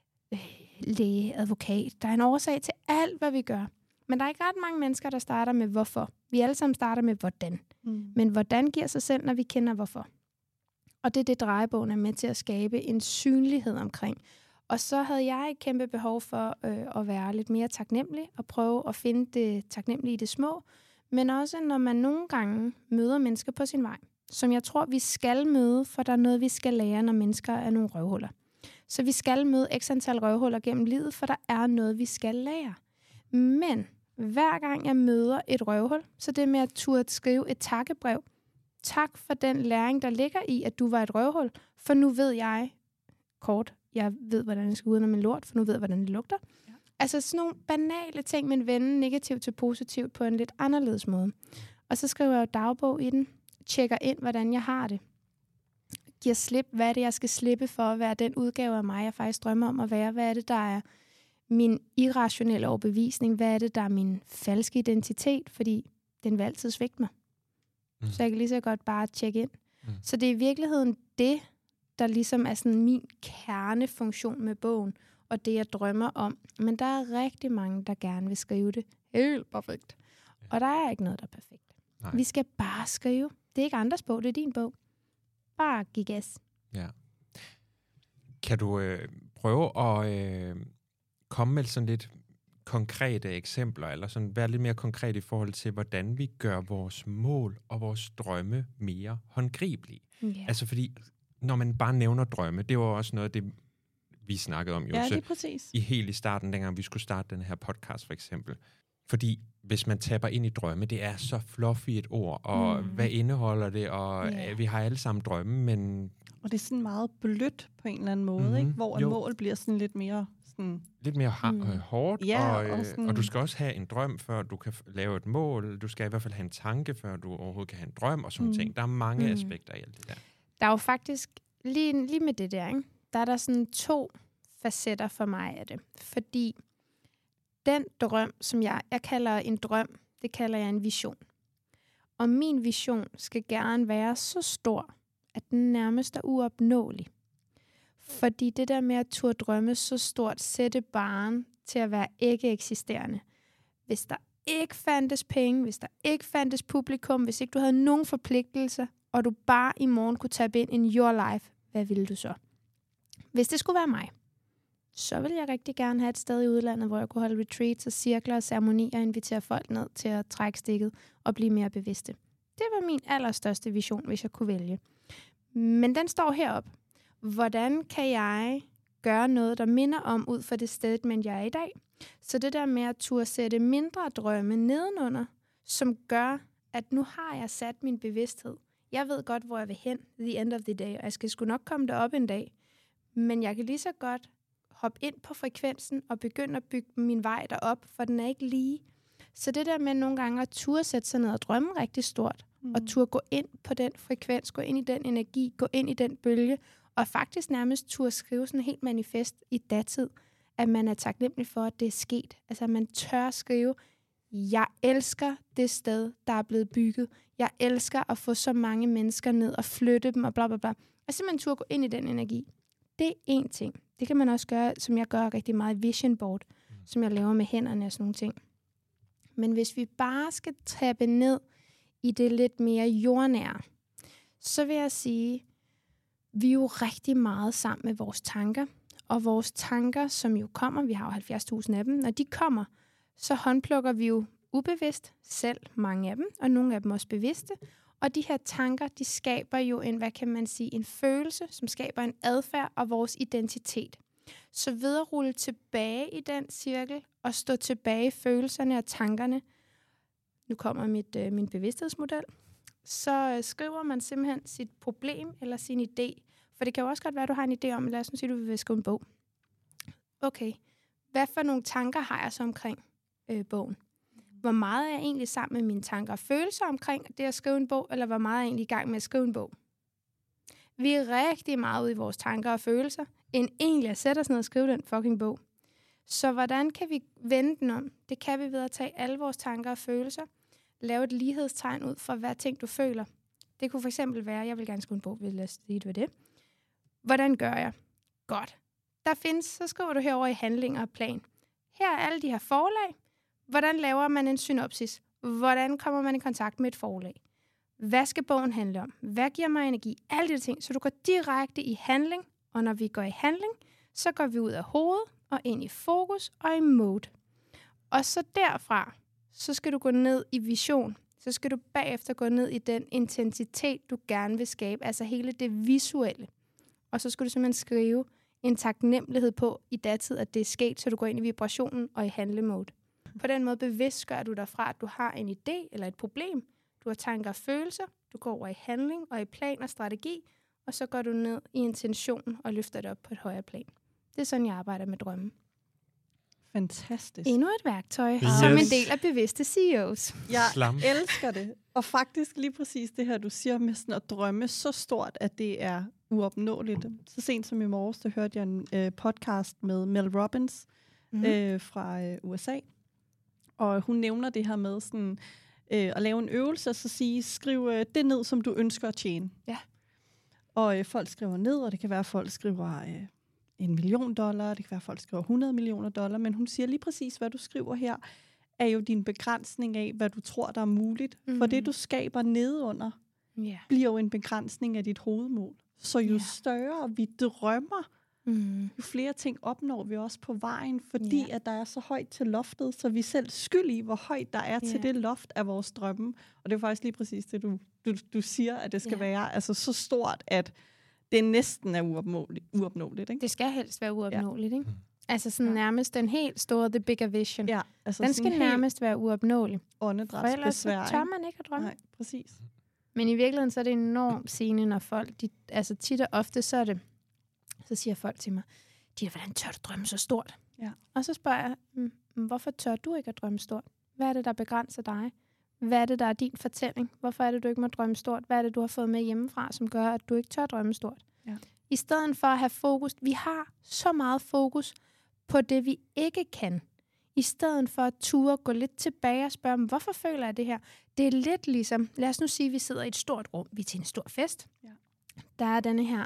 læge, advokat. Der er en årsag til alt, hvad vi gør. Men der er ikke ret mange mennesker, der starter med hvorfor. Vi alle sammen starter med hvordan. Men hvordan giver sig selv, når vi kender hvorfor? Og det er det, drejebogen er med til at skabe en synlighed omkring. Og så havde jeg et kæmpe behov for at være lidt mere taknemmelig og prøve at finde det taknemmelige i det små. Men også når man nogle gange møder mennesker på sin vej, som jeg tror, vi skal møde, for der er noget, vi skal lære, når mennesker er nogle røvhuller. Så vi skal møde x antal røvhuller gennem livet, for der er noget, vi skal lære. Men hver gang jeg møder et røvhul, så det med at turde skrive et takkebrev. Tak for den læring, der ligger i, at du var et røvhul, for nu ved jeg jeg ved, hvordan jeg skal ud af min lort, for nu ved jeg, hvordan det lugter. Ja. Altså sådan nogle banale ting, men vende negativt til positivt på en lidt anderledes måde. Og så skriver jeg jo dagbog i den, tjekker ind, hvordan jeg har det. Giver slip, hvad er det, jeg skal slippe for at være den udgave af mig, jeg faktisk drømmer om at være. Hvad er det, der er min irrationelle overbevisning? Hvad er det, der er min falske identitet? Fordi den vil altid svigte mig. Så jeg kan lige så godt bare tjekke ind. Så det er i virkeligheden det, der ligesom er sådan min kernefunktion med bogen, og det, jeg drømmer om. Men der er rigtig mange, der gerne vil skrive det helt perfekt. Ja. Og der er ikke noget, der er perfekt. Nej. Vi skal bare skrive. Det er ikke andres bog, det er din bog. Bare giv gas. Ja. Kan du prøve at komme med sådan lidt konkrete eksempler, eller sådan være lidt mere konkret i forhold til, hvordan vi gør vores mål og vores drømme mere håndgribelige? Yeah. Altså fordi, når man bare nævner drømme, det var også noget af det, vi snakkede om jo. Ja, det er præcis. Helt i starten, dengang vi skulle starte den her podcast for eksempel. Fordi hvis man tapper ind i drømme, det er så fluffy et ord, og hvad indeholder det, og vi har alle sammen drømme, men... Og det er sådan meget blødt på en eller anden måde, ikke? Hvor et mål bliver sådan lidt mere... Lidt mere hårdt, og du skal også have en drøm, før du kan lave et mål. Du skal i hvert fald have en tanke, før du overhovedet kan have en drøm, og sådan ting. Der er mange aspekter i alt det der. Der er jo faktisk, lige med det der, ikke? Der er der sådan 2 facetter for mig af det. Fordi den drøm, som jeg kalder en drøm, det kalder jeg en vision. Og min vision skal gerne være så stor, at den nærmest er uopnåelig. Fordi det der med at turde drømme så stort, sætte barren til at være ikke eksisterende. Hvis der ikke fandtes penge, hvis der ikke fandtes publikum, hvis ikke du havde nogen forpligtelser, og du bare i morgen kunne tabe ind in your life, hvad ville du så? Hvis det skulle være mig, så ville jeg rigtig gerne have et sted i udlandet, hvor jeg kunne holde retreats og cirkler og ceremonier og invitere folk ned til at trække stikket og blive mere bevidste. Det var min allerstørste vision, hvis jeg kunne vælge. Men den står heroppe. Hvordan kan jeg gøre noget, der minder om ud fra det statement, jeg er i dag? Så det der med at turde sætte mindre drømme nedenunder, som gør, at nu har jeg sat min bevidsthed. Jeg ved godt, hvor jeg vil hen the end of the day, og jeg skal sgu nok komme derop en dag. Men jeg kan lige så godt hoppe ind på frekvensen og begynde at bygge min vej derop, for den er ikke lige. Så det der med nogle gange at turde sætte sig ned og drømme rigtig stort, og turde gå ind på den frekvens, gå ind i den energi, gå ind i den bølge, og faktisk nærmest turde skrive sådan helt manifest i datid, at man er taknemmelig for, at det er sket. Altså man tør skrive, jeg elsker det sted, der er blevet bygget. Jeg elsker at få så mange mennesker ned og flytte dem og bla bla bla. Og simpelthen turde gå ind i den energi. Det er én ting. Det kan man også gøre, som jeg gør rigtig meget vision board, som jeg laver med hænderne og sådan nogle ting. Men hvis vi bare skal tappe ned i det lidt mere jordnære, så vil jeg sige, vi er jo rigtig meget sammen med vores tanker. Og vores tanker, som jo kommer, vi har jo 70.000 af dem, når de kommer, så håndplukker vi jo ubevidst selv mange af dem, og nogle af dem også bevidste. Og de her tanker, de skaber jo en følelse, som skaber en adfærd og vores identitet. Så ved at rulle tilbage i den cirkel, og stå tilbage i følelserne og tankerne, nu kommer min bevidsthedsmodel, så skriver man simpelthen sit problem eller sin idé. For det kan jo også godt være, at du har en idé om, lad os nu sige, at du vil skrive en bog. Okay, hvad for nogle tanker har jeg så omkring bogen? Hvor meget er jeg egentlig sammen med mine tanker og følelser omkring det at skrive en bog, eller hvor meget er jeg egentlig i gang med at skrive en bog? Vi er rigtig meget ude i vores tanker og følelser, end egentlig at sætte os ned og skrive den fucking bog. Så hvordan kan vi vende den om? Det kan vi ved at tage alle vores tanker og følelser, lave et lighedstegn ud for hver ting, du føler. Det kunne for eksempel være, jeg vil gerne skrive en bog, lad os sige det. Hvordan gør jeg? Godt. Der findes, så skriver du herover i handlinger og plan. Her er alle de her forlag. Hvordan laver man en synopsis? Hvordan kommer man i kontakt med et forlag? Hvad skal bogen handle om? Hvad giver mig energi? Alle de ting. Så du går direkte i handling, og når vi går i handling, så går vi ud af hovedet og ind i fokus og i mode. Og så derfra, så skal du gå ned i vision. Så skal du bagefter gå ned i den intensitet, du gerne vil skabe. Altså hele det visuelle. Og så skal du simpelthen skrive en taknemmelighed på i datid, at det er sket, så du går ind i vibrationen og i handlemode. På den måde bevidstgør du dig fra, at du har en idé eller et problem. Du har tanker og følelser. Du går over i handling og i plan og strategi. Og så går du ned i intention og løfter det op på et højere plan. Det er sådan, jeg arbejder med drømme. Fantastisk. Endnu et værktøj, som en del af bevidste CEOs. Jeg elsker det. Og faktisk lige præcis det her, du siger med sådan at drømme så stort, at det er uopnåeligt. Så sent som i morges, der hørte jeg en podcast med Mel Robbins fra USA. Og hun nævner det her med sådan, at lave en øvelse, og så sige, skriv det ned, som du ønsker at tjene. Ja. Og folk skriver ned, og det kan være, at folk skriver $1 million, det kan være, at folk skriver $100 millioner, men hun siger lige præcis, hvad du skriver her, er jo din begrænsning af, hvad du tror, der er muligt. For det, du skaber nedunder, bliver jo en begrænsning af dit hovedmål. Så jo større vi drømmer, jo flere ting opnår vi også på vejen, fordi at der er så højt til loftet, så vi er selv skyld i, hvor højt der er til det loft af vores drømme. Og det er faktisk lige præcis det, du siger, at det skal være. Altså så stort, at det næsten er uopnåeligt. Ikke? Det skal helst være uopnåeligt, ikke? Altså sådan nærmest den helt store, the bigger vision. Ja, altså den skal nærmest være uopnåelig. Åndedrætsbesvær. For ellers så tør man ikke at drømme. Nej, præcis. Men i virkeligheden så er det enormt sigende, når folk, altså tit og ofte, så siger folk til mig, hvordan tør du drømme så stort? Ja. Og så spørger jeg, hvorfor tør du ikke at drømme stort? Hvad er det, der begrænser dig? Hvad er det, der er din fortælling? Hvorfor er det, du ikke må drømme stort? Hvad er det, du har fået med hjemmefra, som gør, at du ikke tør drømme stort? Ja. I stedet for at have fokus, vi har så meget fokus på det, vi ikke kan. I stedet for at ture gå lidt tilbage og spørge, hvorfor føler jeg det her? Det er lidt ligesom, lad os nu sige, at vi sidder i et stort rum. Vi er til en stor fest. Ja. Der er denne her.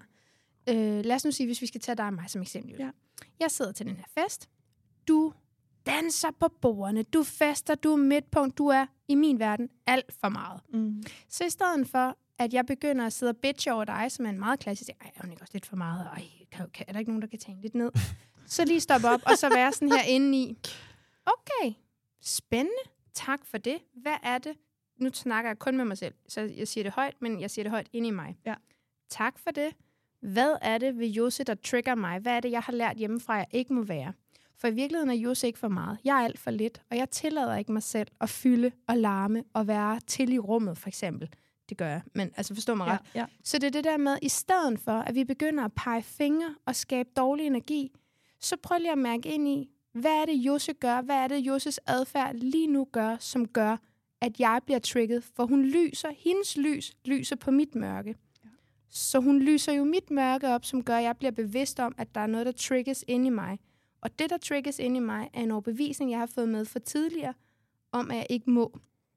Lad os nu sige, hvis vi skal tage dig og mig som eksempel. Ja. Jeg sidder til den her fest. Du danser på bordene. Du fester, du er midtpunkt. Du er i min verden alt for meget. Så i stedet for, at jeg begynder at sidde og bitch over dig, som er en meget klassisk, er hun ikke også lidt for meget? Er der ikke nogen, der kan tage lidt ned? Så lige stoppe op, og så være sådan her inde i. Okay, spændende. Tak for det. Hvad er det? Nu snakker jeg kun med mig selv, så jeg siger det højt, men jeg siger det højt inde i mig. Ja. Tak for det. Hvad er det ved Jose, der trigger mig? Hvad er det, jeg har lært hjemmefra, jeg ikke må være? For i virkeligheden er Jose ikke for meget. Jeg er alt for lidt, og jeg tillader ikke mig selv at fylde og larme og være til i rummet, for eksempel. Det gør jeg, men altså forstå mig ret. Ja. Så det er det der med, i stedet for, at vi begynder at pege fingre og skabe dårlig energi, så prøv lige at mærke ind i, hvad er det, Jose gør? Hvad er det, Joses adfærd lige nu gør, som gør, at jeg bliver trigget? For hun lyser, hendes lys lyser på mit mørke. Ja. Så hun lyser jo mit mørke op, som gør, at jeg bliver bevidst om, at der er noget, der trigges inde i mig. Og det, der trigges inde i mig, er en overbevisning, jeg har fået med for tidligere, om at jeg ikke må.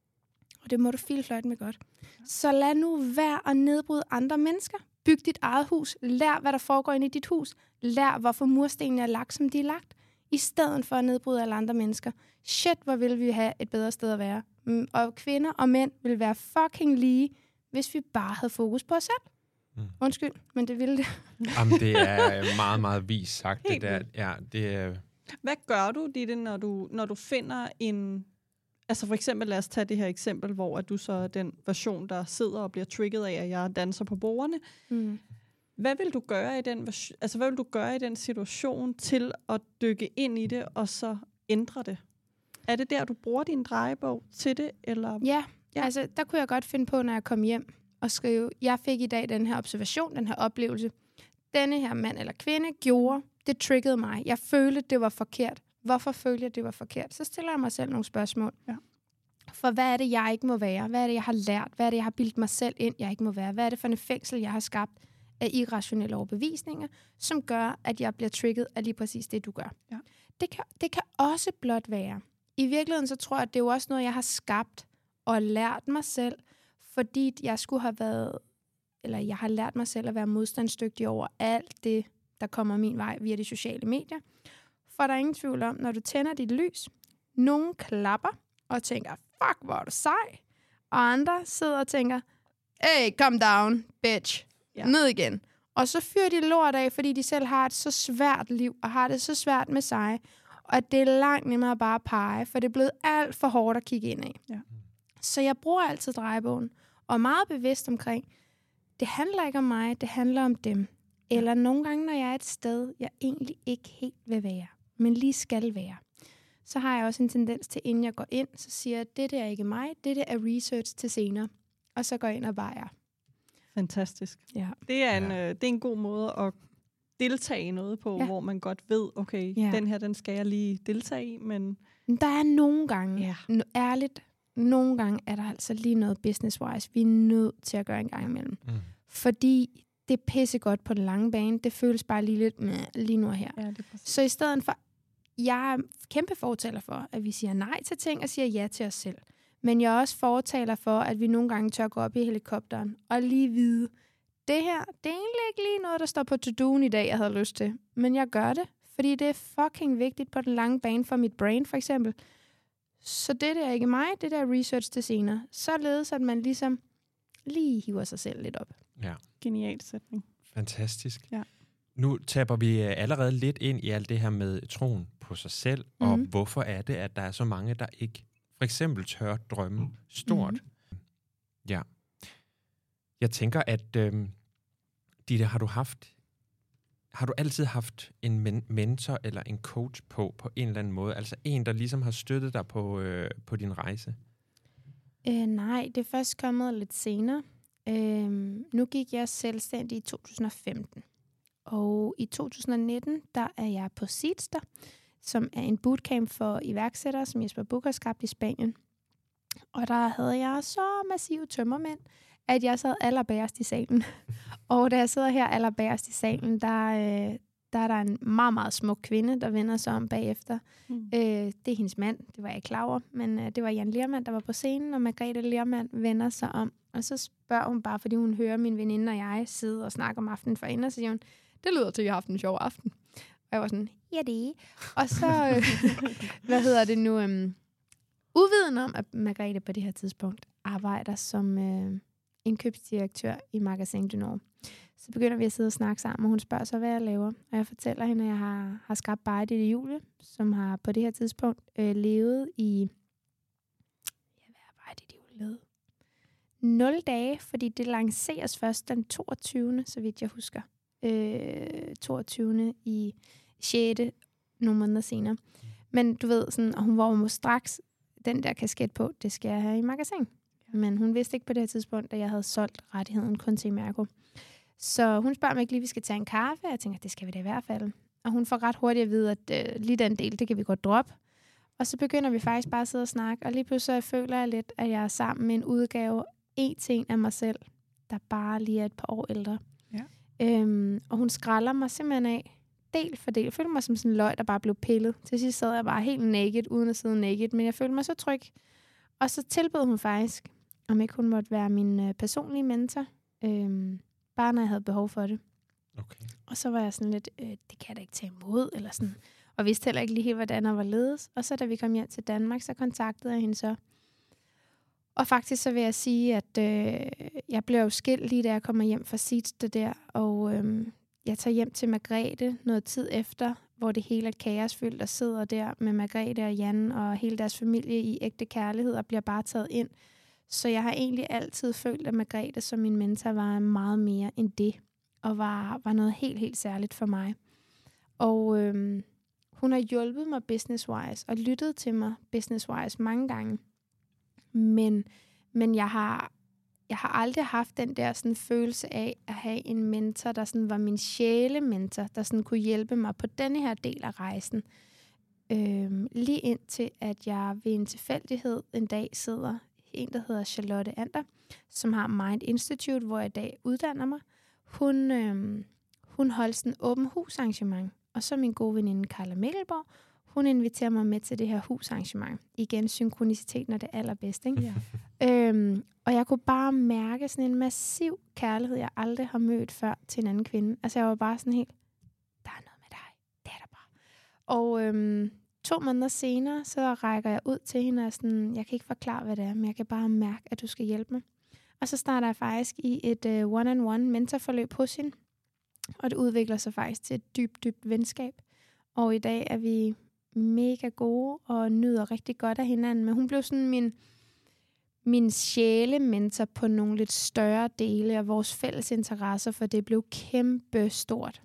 Og det må du filfløjte med godt. Så lad nu være at nedbryde andre mennesker. Byg dit eget hus. Lær, hvad der foregår inde i dit hus. Lær, hvorfor murstenene er lagt, som de er lagt. I stedet for at nedbryde alle andre mennesker. Shit, hvor vil vi have et bedre sted at være. Og kvinder og mænd vil være fucking lige, hvis vi bare havde fokus på os selv. Undskyld, men det ville det. Jamen, det er meget, meget vist sagt. Det der. Ja, det er... Hvad gør du, Ditte, når du finder en... Altså for eksempel, lad os tage det her eksempel, hvor at du så er den version, der sidder og bliver trigget af, at jeg danser på bordene. Hvad vil du gøre i den situation til at dykke ind i det, og så ændre det? Er det der, du bruger din drejebog til det? Eller? Ja, altså der kunne jeg godt finde på, når jeg kom hjem og skrive, jeg fik i dag den her observation, den her oplevelse. Denne her mand eller kvinde gjorde, det triggede mig. Jeg følte, det var forkert. Hvorfor følte jeg, det var forkert? Så stiller jeg mig selv nogle spørgsmål. Ja. For hvad er det, jeg ikke må være? Hvad er det, jeg har lært? Hvad er det, jeg har bildt mig selv ind, jeg ikke må være? Hvad er det for en fængsel, jeg har skabt af irrationelle overbevisninger, som gør, at jeg bliver trigget af lige præcis det, du gør? Ja. Det kan også blot være. I virkeligheden så tror jeg, at det er jo også noget, jeg har skabt og lært mig selv, fordi jeg skulle have været, eller jeg har lært mig selv at være modstandsdygtig over alt det, der kommer min vej via de sociale medier. For der er ingen tvivl om, når du tænder dit lys, nogen klapper og tænker, fuck, hvor er du sej. Og andre sidder og tænker, hey, come down, bitch. Ja. Ned igen. Og så fyrer de lort af, fordi de selv har et så svært liv, og har det så svært med sig, og at det er langt nemmere bare at pege, for det er blevet alt for hårdt at kigge ind af. Ja. Så jeg bruger altid drejebogen, og er meget bevidst omkring, det handler ikke om mig, det handler om dem. Eller nogle gange, når jeg er et sted, jeg egentlig ikke helt vil være, men lige skal være, så har jeg også en tendens til, inden jeg går ind, så siger jeg, det der er ikke mig, det der er research til senere. Og så går jeg ind og bare er. Fantastisk. Ja. Det er en god måde at deltage i noget på, hvor man godt ved, okay, den her, den skal jeg lige deltage i, men... Der er nogle gange, ærligt, nogle gange er der altså lige noget business-wise, vi er nødt til at gøre en gang imellem. Fordi det er pissegodt på den lange bane, det føles bare lige lidt lige nu og her. Ja, så i stedet for, jeg er kæmpe fortaler for, at vi siger nej til ting og siger ja til os selv. Men jeg er også fortaler for, at vi nogle gange tør gå op i helikopteren og lige vide, det her, det er egentlig ikke lige noget, der står på to-do'en i dag, jeg havde lyst til. Men jeg gør det, fordi det er fucking vigtigt på den lange bane for mit brain, for eksempel. Så det der er ikke mig, det der er research til senere. Således, at man ligesom lige hiver sig selv lidt op. Ja. Genial sætning. Fantastisk. Ja. Nu taber vi allerede lidt ind i alt det her med troen på sig selv, og hvorfor er det, at der er så mange, der ikke for eksempel tør drømme stort. Ja. Jeg tænker, at Ditte, har du altid haft en mentor eller en coach på en eller anden måde? Altså en, der ligesom har støttet dig på din rejse? Nej, det er først kommet lidt senere. Nu gik jeg selvstændig i 2015. Og i 2019, der er jeg på Seedster, som er en bootcamp for iværksættere, som Jesper Buch har skabt i Spanien. Og der havde jeg så massive tømmermænd, at jeg sad allerbærest i salen. Og da jeg sidder her allerbærest i salen, der er der en meget, meget smuk kvinde, der vender sig om bagefter. Det er hendes mand, det var jeg ikke klar over, men det var Jan Lermand, der var på scenen, og Margrethe Lermand vender sig om. Og så spørger hun bare, fordi hun hører min veninde og jeg sidde og snakke om aftenen forinden, og så siger hun, det lyder til, at jeg har haft en sjov aften. Og jeg var sådan, ja det. Og så, uviden om, at Margrethe på det her tidspunkt arbejder som indkøbsdirektør i Magasin du Nord. Så begynder vi at sidde og snakke sammen, og hun spørger så, hvad jeg laver. Og jeg fortæller hende, at jeg har skabt Bare Ditte Julie, som har på det her tidspunkt levet i... hvad har Bare Ditte Julie levet? 0 dage, fordi det lanceres først den 22. så vidt jeg husker. 22. i 6. nogle måneder senere. Men du ved, sådan, og hun var jo straks den der kasket på, det skal jeg have i Magasin. Men hun vidste ikke på det her tidspunkt, at jeg havde solgt rettigheden kun til Mærko. Så hun spørger mig ikke lige, vi skal tage en kaffe. Jeg tænker, det skal vi da i hvert fald. Og hun får ret hurtigt at vide, at lige den del, det kan vi godt droppe. Og så begynder vi faktisk bare at sidde og snakke. Og lige pludselig føler jeg lidt, at jeg er sammen med en udgave, en til en af mig selv, der bare lige er et par år ældre. Ja. Og hun skræller mig simpelthen af, del for del. Jeg følte mig som sådan en løg, der bare blev pillet. Til sidst sad jeg bare helt naked, uden at sidde naked. Men jeg følte mig så tryg. Og så tilbød hun faktisk, om ikke hun måtte være min personlige mentor. Bare når jeg havde behov for det. Okay. Og så var jeg sådan lidt, det kan jeg da ikke tage imod. Eller sådan. Og vidste heller ikke lige helt, hvordan jeg var ledes. Og så da vi kom hjem til Danmark, så kontaktede jeg hende så. Og faktisk så vil jeg sige, at jeg blev jo skilt lige da jeg kommer hjem fra Seedster der. Og jeg tager hjem til Margrethe noget tid efter, hvor det hele er kaosfyldt og sidder der med Margrethe og Jan og hele deres familie i ægte kærlighed og bliver bare taget ind. Så jeg har egentlig altid følt, at Margrethe som min mentor var meget mere end det, og var noget helt, helt særligt for mig. Og hun har hjulpet mig business-wise og lyttet til mig business-wise mange gange. Men jeg har aldrig haft den der sådan følelse af at have en mentor, der sådan var min sjælementor, der sådan kunne hjælpe mig på denne her del af rejsen. Lige indtil, at jeg ved en tilfældighed en dag sidder en, der hedder Charlotte Ander, som har Mind Institute, hvor jeg i dag uddanner mig. Hun holdt sådan en åben husarrangement, og så min gode veninde Carla Mikkelborg, hun inviterer mig med til det her husarrangement. Igen, synkroniciteten er det allerbedste, ikke? Ja. Og jeg kunne bare mærke sådan en massiv kærlighed, jeg aldrig har mødt før til en anden kvinde. Altså jeg var bare sådan helt, der er noget med dig. Det er der bare. Og 2 måneder senere, så rækker jeg ud til hende og sådan, jeg kan ikke forklare, hvad det er, men jeg kan bare mærke, at du skal hjælpe mig. Og så starter jeg faktisk i et one-on-one mentorforløb hos hende. Og det udvikler sig faktisk til et dybt venskab. Og i dag er vi mega gode og nyder rigtig godt af hinanden. Men hun blev sådan min sjælementor på nogle lidt større dele af vores fælles interesser, for det blev kæmpe stort.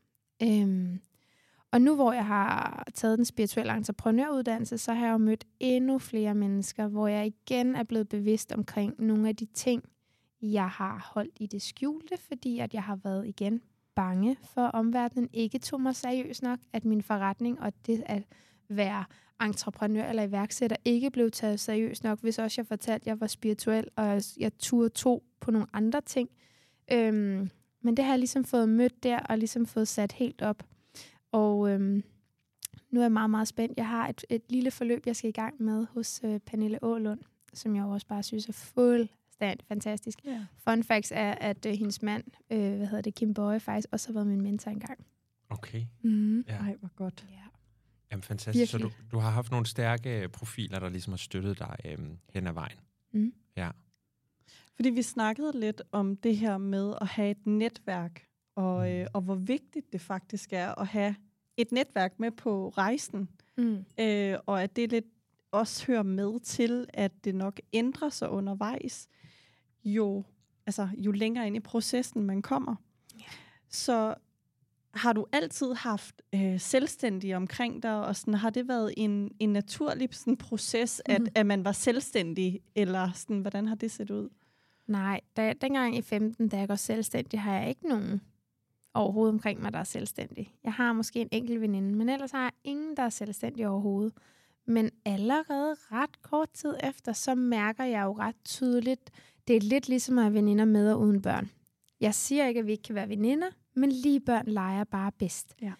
Og nu hvor jeg har taget den spirituelle entreprenøruddannelse, så har jeg jo mødt endnu flere mennesker, hvor jeg igen er blevet bevidst omkring nogle af de ting, jeg har holdt i det skjulte, fordi at jeg har været igen bange for, omverdenen ikke tog mig seriøst nok, at min forretning og det at være entreprenør eller iværksætter ikke blev taget seriøst nok, hvis også jeg fortalte, at jeg var spirituel, og jeg turde tro på nogle andre ting. Men det har jeg ligesom fået mødt der, og ligesom fået sat helt op. Og nu er jeg meget, meget spændt. Jeg har et lille forløb, jeg skal i gang med hos Pernille Ålund, som jeg også bare synes er fuldstændig fantastisk. Yeah. Fun facts er, at hendes mand, Kim Bøje, faktisk også har været min mentor engang. Okay. Ja. Ej, hvor godt. Ja. Jamen fantastisk. Virkelig. Så du har haft nogle stærke profiler, der ligesom har støttet dig hen ad vejen. Mm. Ja. Fordi vi snakkede lidt om det her med at have et netværk, og hvor vigtigt det faktisk er at have et netværk med på rejsen. Og at det lidt også hører med til, at det nok ændrer sig undervejs, jo længere ind i processen man kommer. Yeah. Så har du altid haft selvstændige omkring dig, og sådan, har det været en naturlig sådan, proces, at man var selvstændig, eller sådan, hvordan har det set ud? Nej, dengang i 15, da jeg går selvstændig, har jeg ikke nogen overhovedet omkring mig, der er selvstændig. Jeg har måske en enkelt veninde, men ellers har jeg ingen, der er selvstændig overhovedet. Men allerede ret kort tid efter, så mærker jeg jo ret tydeligt, det er lidt ligesom at have veninder med og uden børn. Jeg siger ikke, at vi ikke kan være veninder, men lige børn leger bare bedst. Ja.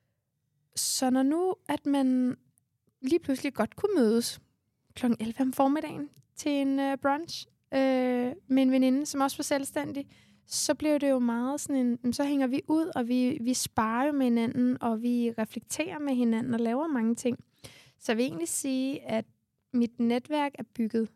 Så når nu, at man lige pludselig godt kunne mødes kl. 11 om formiddagen til en brunch med en veninde, som også var selvstændig, så blev det jo meget sådan en, så hænger vi ud, og vi sparer jo med hinanden, og vi reflekterer med hinanden og laver mange ting. Så jeg vil egentlig sige, at mit netværk er bygget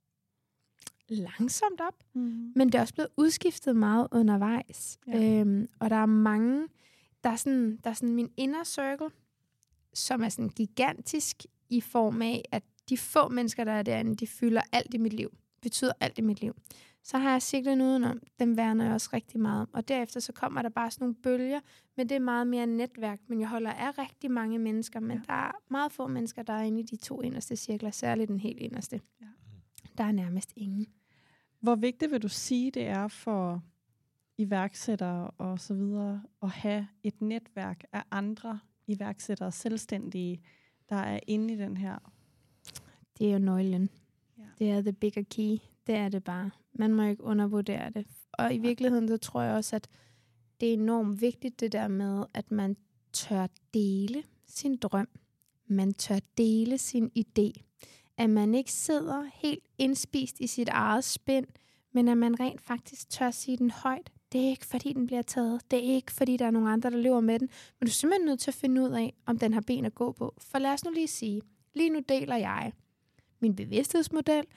langsomt op, men det er også blevet udskiftet meget undervejs. Ja. Og der er mange, der er sådan min inner circle, som er sådan gigantisk i form af, at de få mennesker, der er derinde, de fylder alt i mit liv, betyder alt i mit liv. Så har jeg cirklen udenom, dem værner jeg også rigtig meget om. Og derefter så kommer der bare sådan nogle bølger, men det er meget mere netværk. Men jeg holder af rigtig mange mennesker, men der er meget få mennesker, der er inde i de 2 inderste cirkler, særligt den helt inderste. Ja. Der er nærmest ingen. Hvor vigtigt vil du sige, det er for iværksættere og så videre, at have et netværk af andre iværksættere, selvstændige, der er inde i den her? Det er jo nøglen. Ja. Det er the bigger key. Det er det bare. Man må ikke undervurdere det. Og i virkeligheden, så tror jeg også, at det er enormt vigtigt, det der med, at man tør dele sin drøm. Man tør dele sin idé. At man ikke sidder helt indspist i sit eget spind, men at man rent faktisk tør sige den højt. Det er ikke, fordi den bliver taget. Det er ikke, fordi der er nogen andre, der løber med den. Men du er simpelthen nødt til at finde ud af, om den har ben at gå på. For lad os nu lige sige, lige nu deler jeg min bevidsthedsmodel.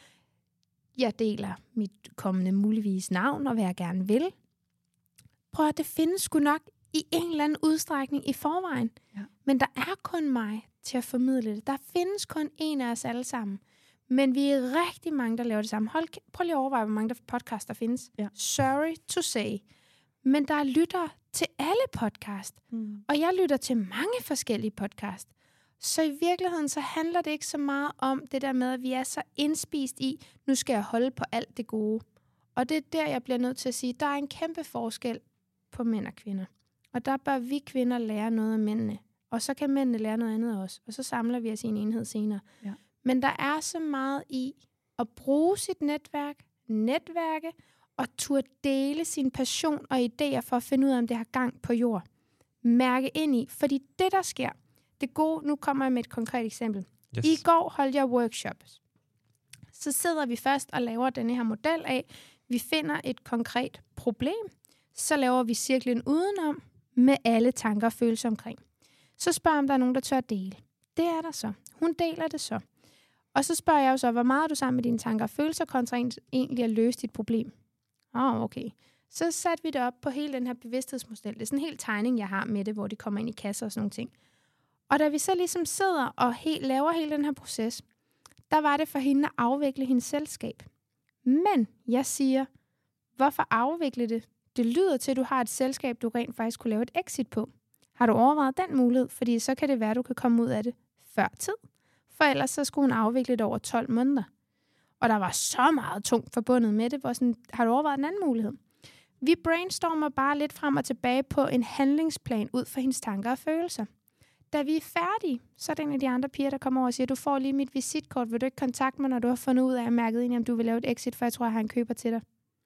Jeg deler mit kommende muligvis navn, og hvad jeg gerne vil. Prøv at det findes sgu nok i en eller anden udstrækning i forvejen. Ja. Men der er kun mig til at formidle det. Der findes kun en af os alle sammen. Men vi er rigtig mange, der laver det samme. Prøv lige at overveje, hvor mange podcasts der findes. Ja. Sorry to say. Men der er lyttere til alle podcast. Og jeg lytter til mange forskellige podcast. Så i virkeligheden, så handler det ikke så meget om det der med, at vi er så indspist i, nu skal jeg holde på alt det gode. Og det er der, jeg bliver nødt til at sige, der er en kæmpe forskel på mænd og kvinder. Og der bør vi kvinder lære noget af mændene. Og så kan mændene lære noget andet også. Og så samler vi os i en enhed senere. Ja. Men der er så meget i at bruge sit netværke, og turde dele sin passion og idéer for at finde ud af, om det har gang på jord. Mærke ind i. Fordi det, der sker, det gode, nu kommer jeg med et konkret eksempel. Yes. I går holdt jeg workshops. Så sidder vi først og laver denne her model af. Vi finder et konkret problem. Så laver vi cirklen udenom med alle tanker og følelser omkring. Så spørger om der er nogen, der tør dele. Det er der så. Hun deler det så. Og så spørger jeg jo så, hvor meget er du sammen med dine tanker og følelser kontra egentlig at løse dit problem? Okay. Så satte vi det op på hele den her bevidsthedsmodel. Det er sådan en hel tegning, jeg har med det, hvor det kommer ind i kasser og sådan nogle ting. Og da vi så ligesom sidder og laver hele den her proces, der var det for hende at afvikle hendes selskab. Men jeg siger, hvorfor afvikle det? Det lyder til, at du har et selskab, du rent faktisk kunne lave et exit på. Har du overvejet den mulighed? Fordi så kan det være, at du kan komme ud af det før tid. For ellers så skulle hun afvikle det over 12 måneder. Og der var så meget tungt forbundet med det, hvor sådan, har du overvejet en anden mulighed? Vi brainstormer bare lidt frem og tilbage på en handlingsplan ud fra hendes tanker og følelser. Da vi er færdige, så er der en af de andre piger, der kommer over og siger, du får lige mit visitkort, vil du ikke kontakte mig, når du har fundet ud af, at jeg mærket ind, om du vil lave et exit, for jeg tror, jeg har en køber til dig.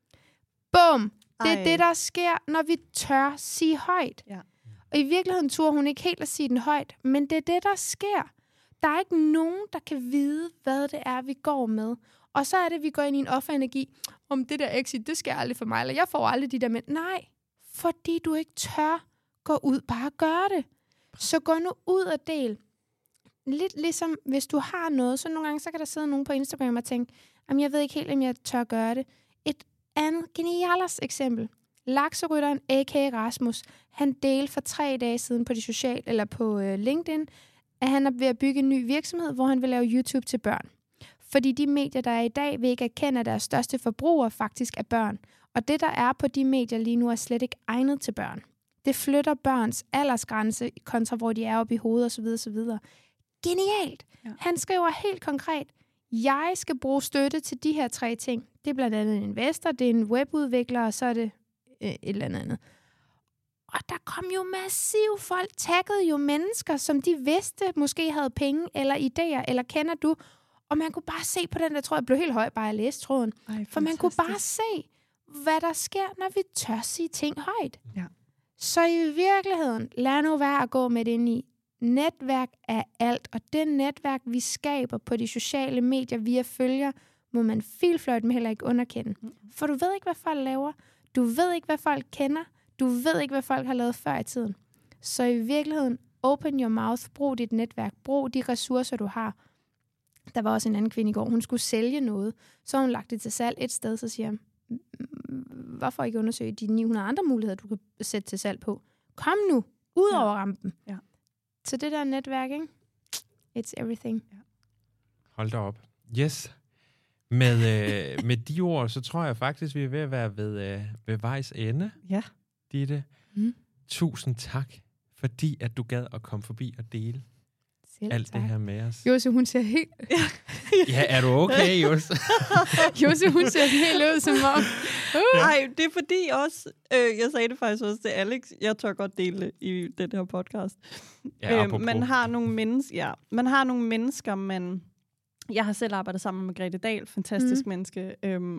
Bum! Det er det, der sker, når vi tør sige højt. Ja. Og i virkeligheden turde hun ikke helt at sige den højt, men det er det, der sker. Der er ikke nogen, der kan vide, hvad det er, vi går med. Og så er det, vi går ind i en offerenergi, om det der exit, det sker aldrig for mig, eller jeg får aldrig de der mænd. Nej, fordi du ikke tør gå ud, bare gøre det. Så gå nu ud og del. Lidt ligesom, hvis du har noget, så nogle gange, så kan der sidde nogen på Instagram og tænke, jeg ved ikke helt, om jeg tør gøre det. Et andet genialt eksempel. Lakserytteren, a.k.a. Rasmus, han delte for 3 dage siden på på LinkedIn, at han er ved at bygge en ny virksomhed, hvor han vil lave YouTube til børn. Fordi de medier, der er i dag, vil ikke erkende, at deres største forbrugere faktisk er børn. Og det, der er på de medier lige nu, er slet ikke egnet til børn. Det flytter børns aldersgrænse kontra, hvor de er oppe i hovedet osv. osv. Genialt! Ja. Han skriver helt konkret, jeg skal bruge støtte til de her 3 ting. Det er blandt andet en investor, det er en webudvikler, og så er det et eller andet. Og der kom jo massiv folk, taggede jo mennesker, som de vidste måske havde penge eller idéer, eller kender du. Og man kunne bare se på den, der tror jeg blev helt høj, bare at læse tråden. For man kunne bare se, hvad der sker, når vi tør sige ting højt. Ja. Så i virkeligheden, lad nu være at gå med det ind i. Netværk er alt, og det netværk, vi skaber på de sociale medier via følger, må man filfløjt med heller ikke underkende. For du ved ikke, hvad folk laver. Du ved ikke, hvad folk kender. Du ved ikke, hvad folk har lavet før i tiden. Så i virkeligheden, open your mouth, brug dit netværk, brug de ressourcer, du har. Der var også en anden kvinde i går, hun skulle sælge noget, så hun lagt det til salg et sted, så siger hvorfor ikke undersøge de 900 andre muligheder, du kan sætte til salg på? Kom nu, ud over rampen. Ja. Så det der netværk, ikke? It's everything. Ja. Hold da op. Yes. Med de ord, så tror jeg faktisk, vi er ved at være ved vejs ende. Ja. Ditte. Tusind tak, fordi at du gad at komme forbi og dele alt det her med os. Jose, hun ser helt... Ja, er du okay, Jose? Jose, hun ser helt ud som om... Nej, det er fordi også... jeg sagde det faktisk også til Alex. Jeg tør godt dele det i den her podcast. Ja, man har nogle mennesker, jeg har selv arbejdet sammen med Grete Dahl, fantastisk menneske.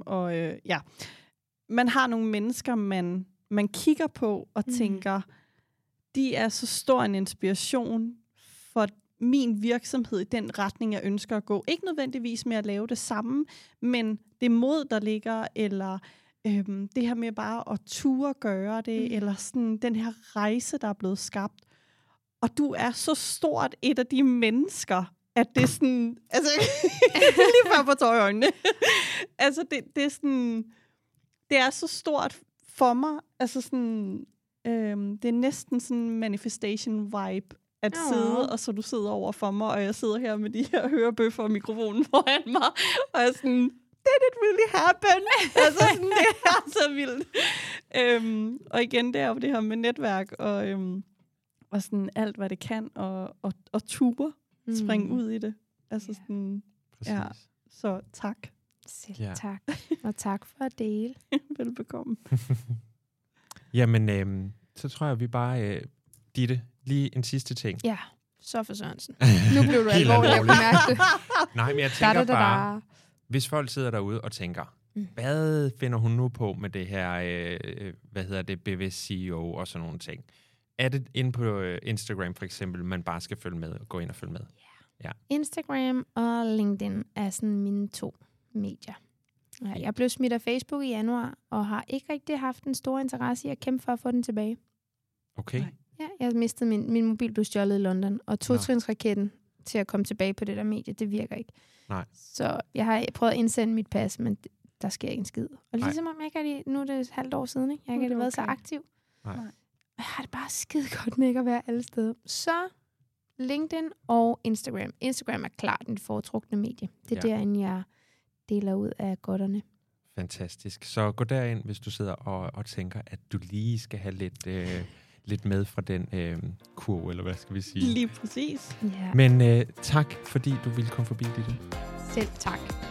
Man har nogle mennesker, man kigger på og tænker, de er så stor en inspiration for min virksomhed i den retning, jeg ønsker at gå. Ikke nødvendigvis med at lave det samme, men det mod, der ligger, eller det her med bare at ture gøre det, eller sådan den her rejse, der er blevet skabt. Og du er så stort et af de mennesker, at det er sådan... Altså, lige før på tøjøjnene. Altså, det er sådan... Det er så stort for mig. Altså sådan... det er næsten sådan en manifestation-vibe at sidde, og så du sidder over for mig, og jeg sidder her med de her hørebøffer og mikrofonen foran mig, og jeg er sådan, did it really happen? Altså sådan, det er så vildt. Og igen, det er jo det her med netværk, og sådan alt, hvad det kan, og ture, springe ud i det. Altså sådan, ja, så tak. Selv tak. Og tak for at dele. Velbekomme. Jamen, så tror jeg, vi bare... Ditte, lige en sidste ting. Ja, så for Sørensen. Nu blev du alvorlig at bemærke. Nej, men jeg tænker bare, hvis folk sidder derude og tænker, hvad finder hun nu på med det her, bevidst CEO og sådan nogle ting? Er det inde på Instagram for eksempel, man bare skal følge med og gå ind og følge med? Ja. Instagram og LinkedIn er sådan mine 2 medier. Ja, jeg blev smidt af Facebook i januar, og har ikke rigtig haft en stor interesse i at kæmpe for at få den tilbage. Okay. Nej. Ja, jeg mistede min mobil, blev stjålet i London, og totrinsraketten til at komme tilbage på det der medie, det virker ikke. Nej. Så jeg har prøvet at indsende mit pas, men der sker ikke en skid. Og ligesom om jeg ikke har nu er det et halvt år siden, ikke? Jeg har ikke været så aktiv. Nej. Jeg har det bare skide godt med ikke at være alle steder. Så LinkedIn og Instagram. Instagram er klart den foretrukne medie. Det er derinde, jeg deler ud af godterne. Fantastisk. Så gå derind, hvis du sidder og tænker, at du lige skal have lidt med fra den kurve, eller hvad skal vi sige? Lige præcis. Ja. Men tak, fordi du ville komme forbi, Ditte. Selv tak.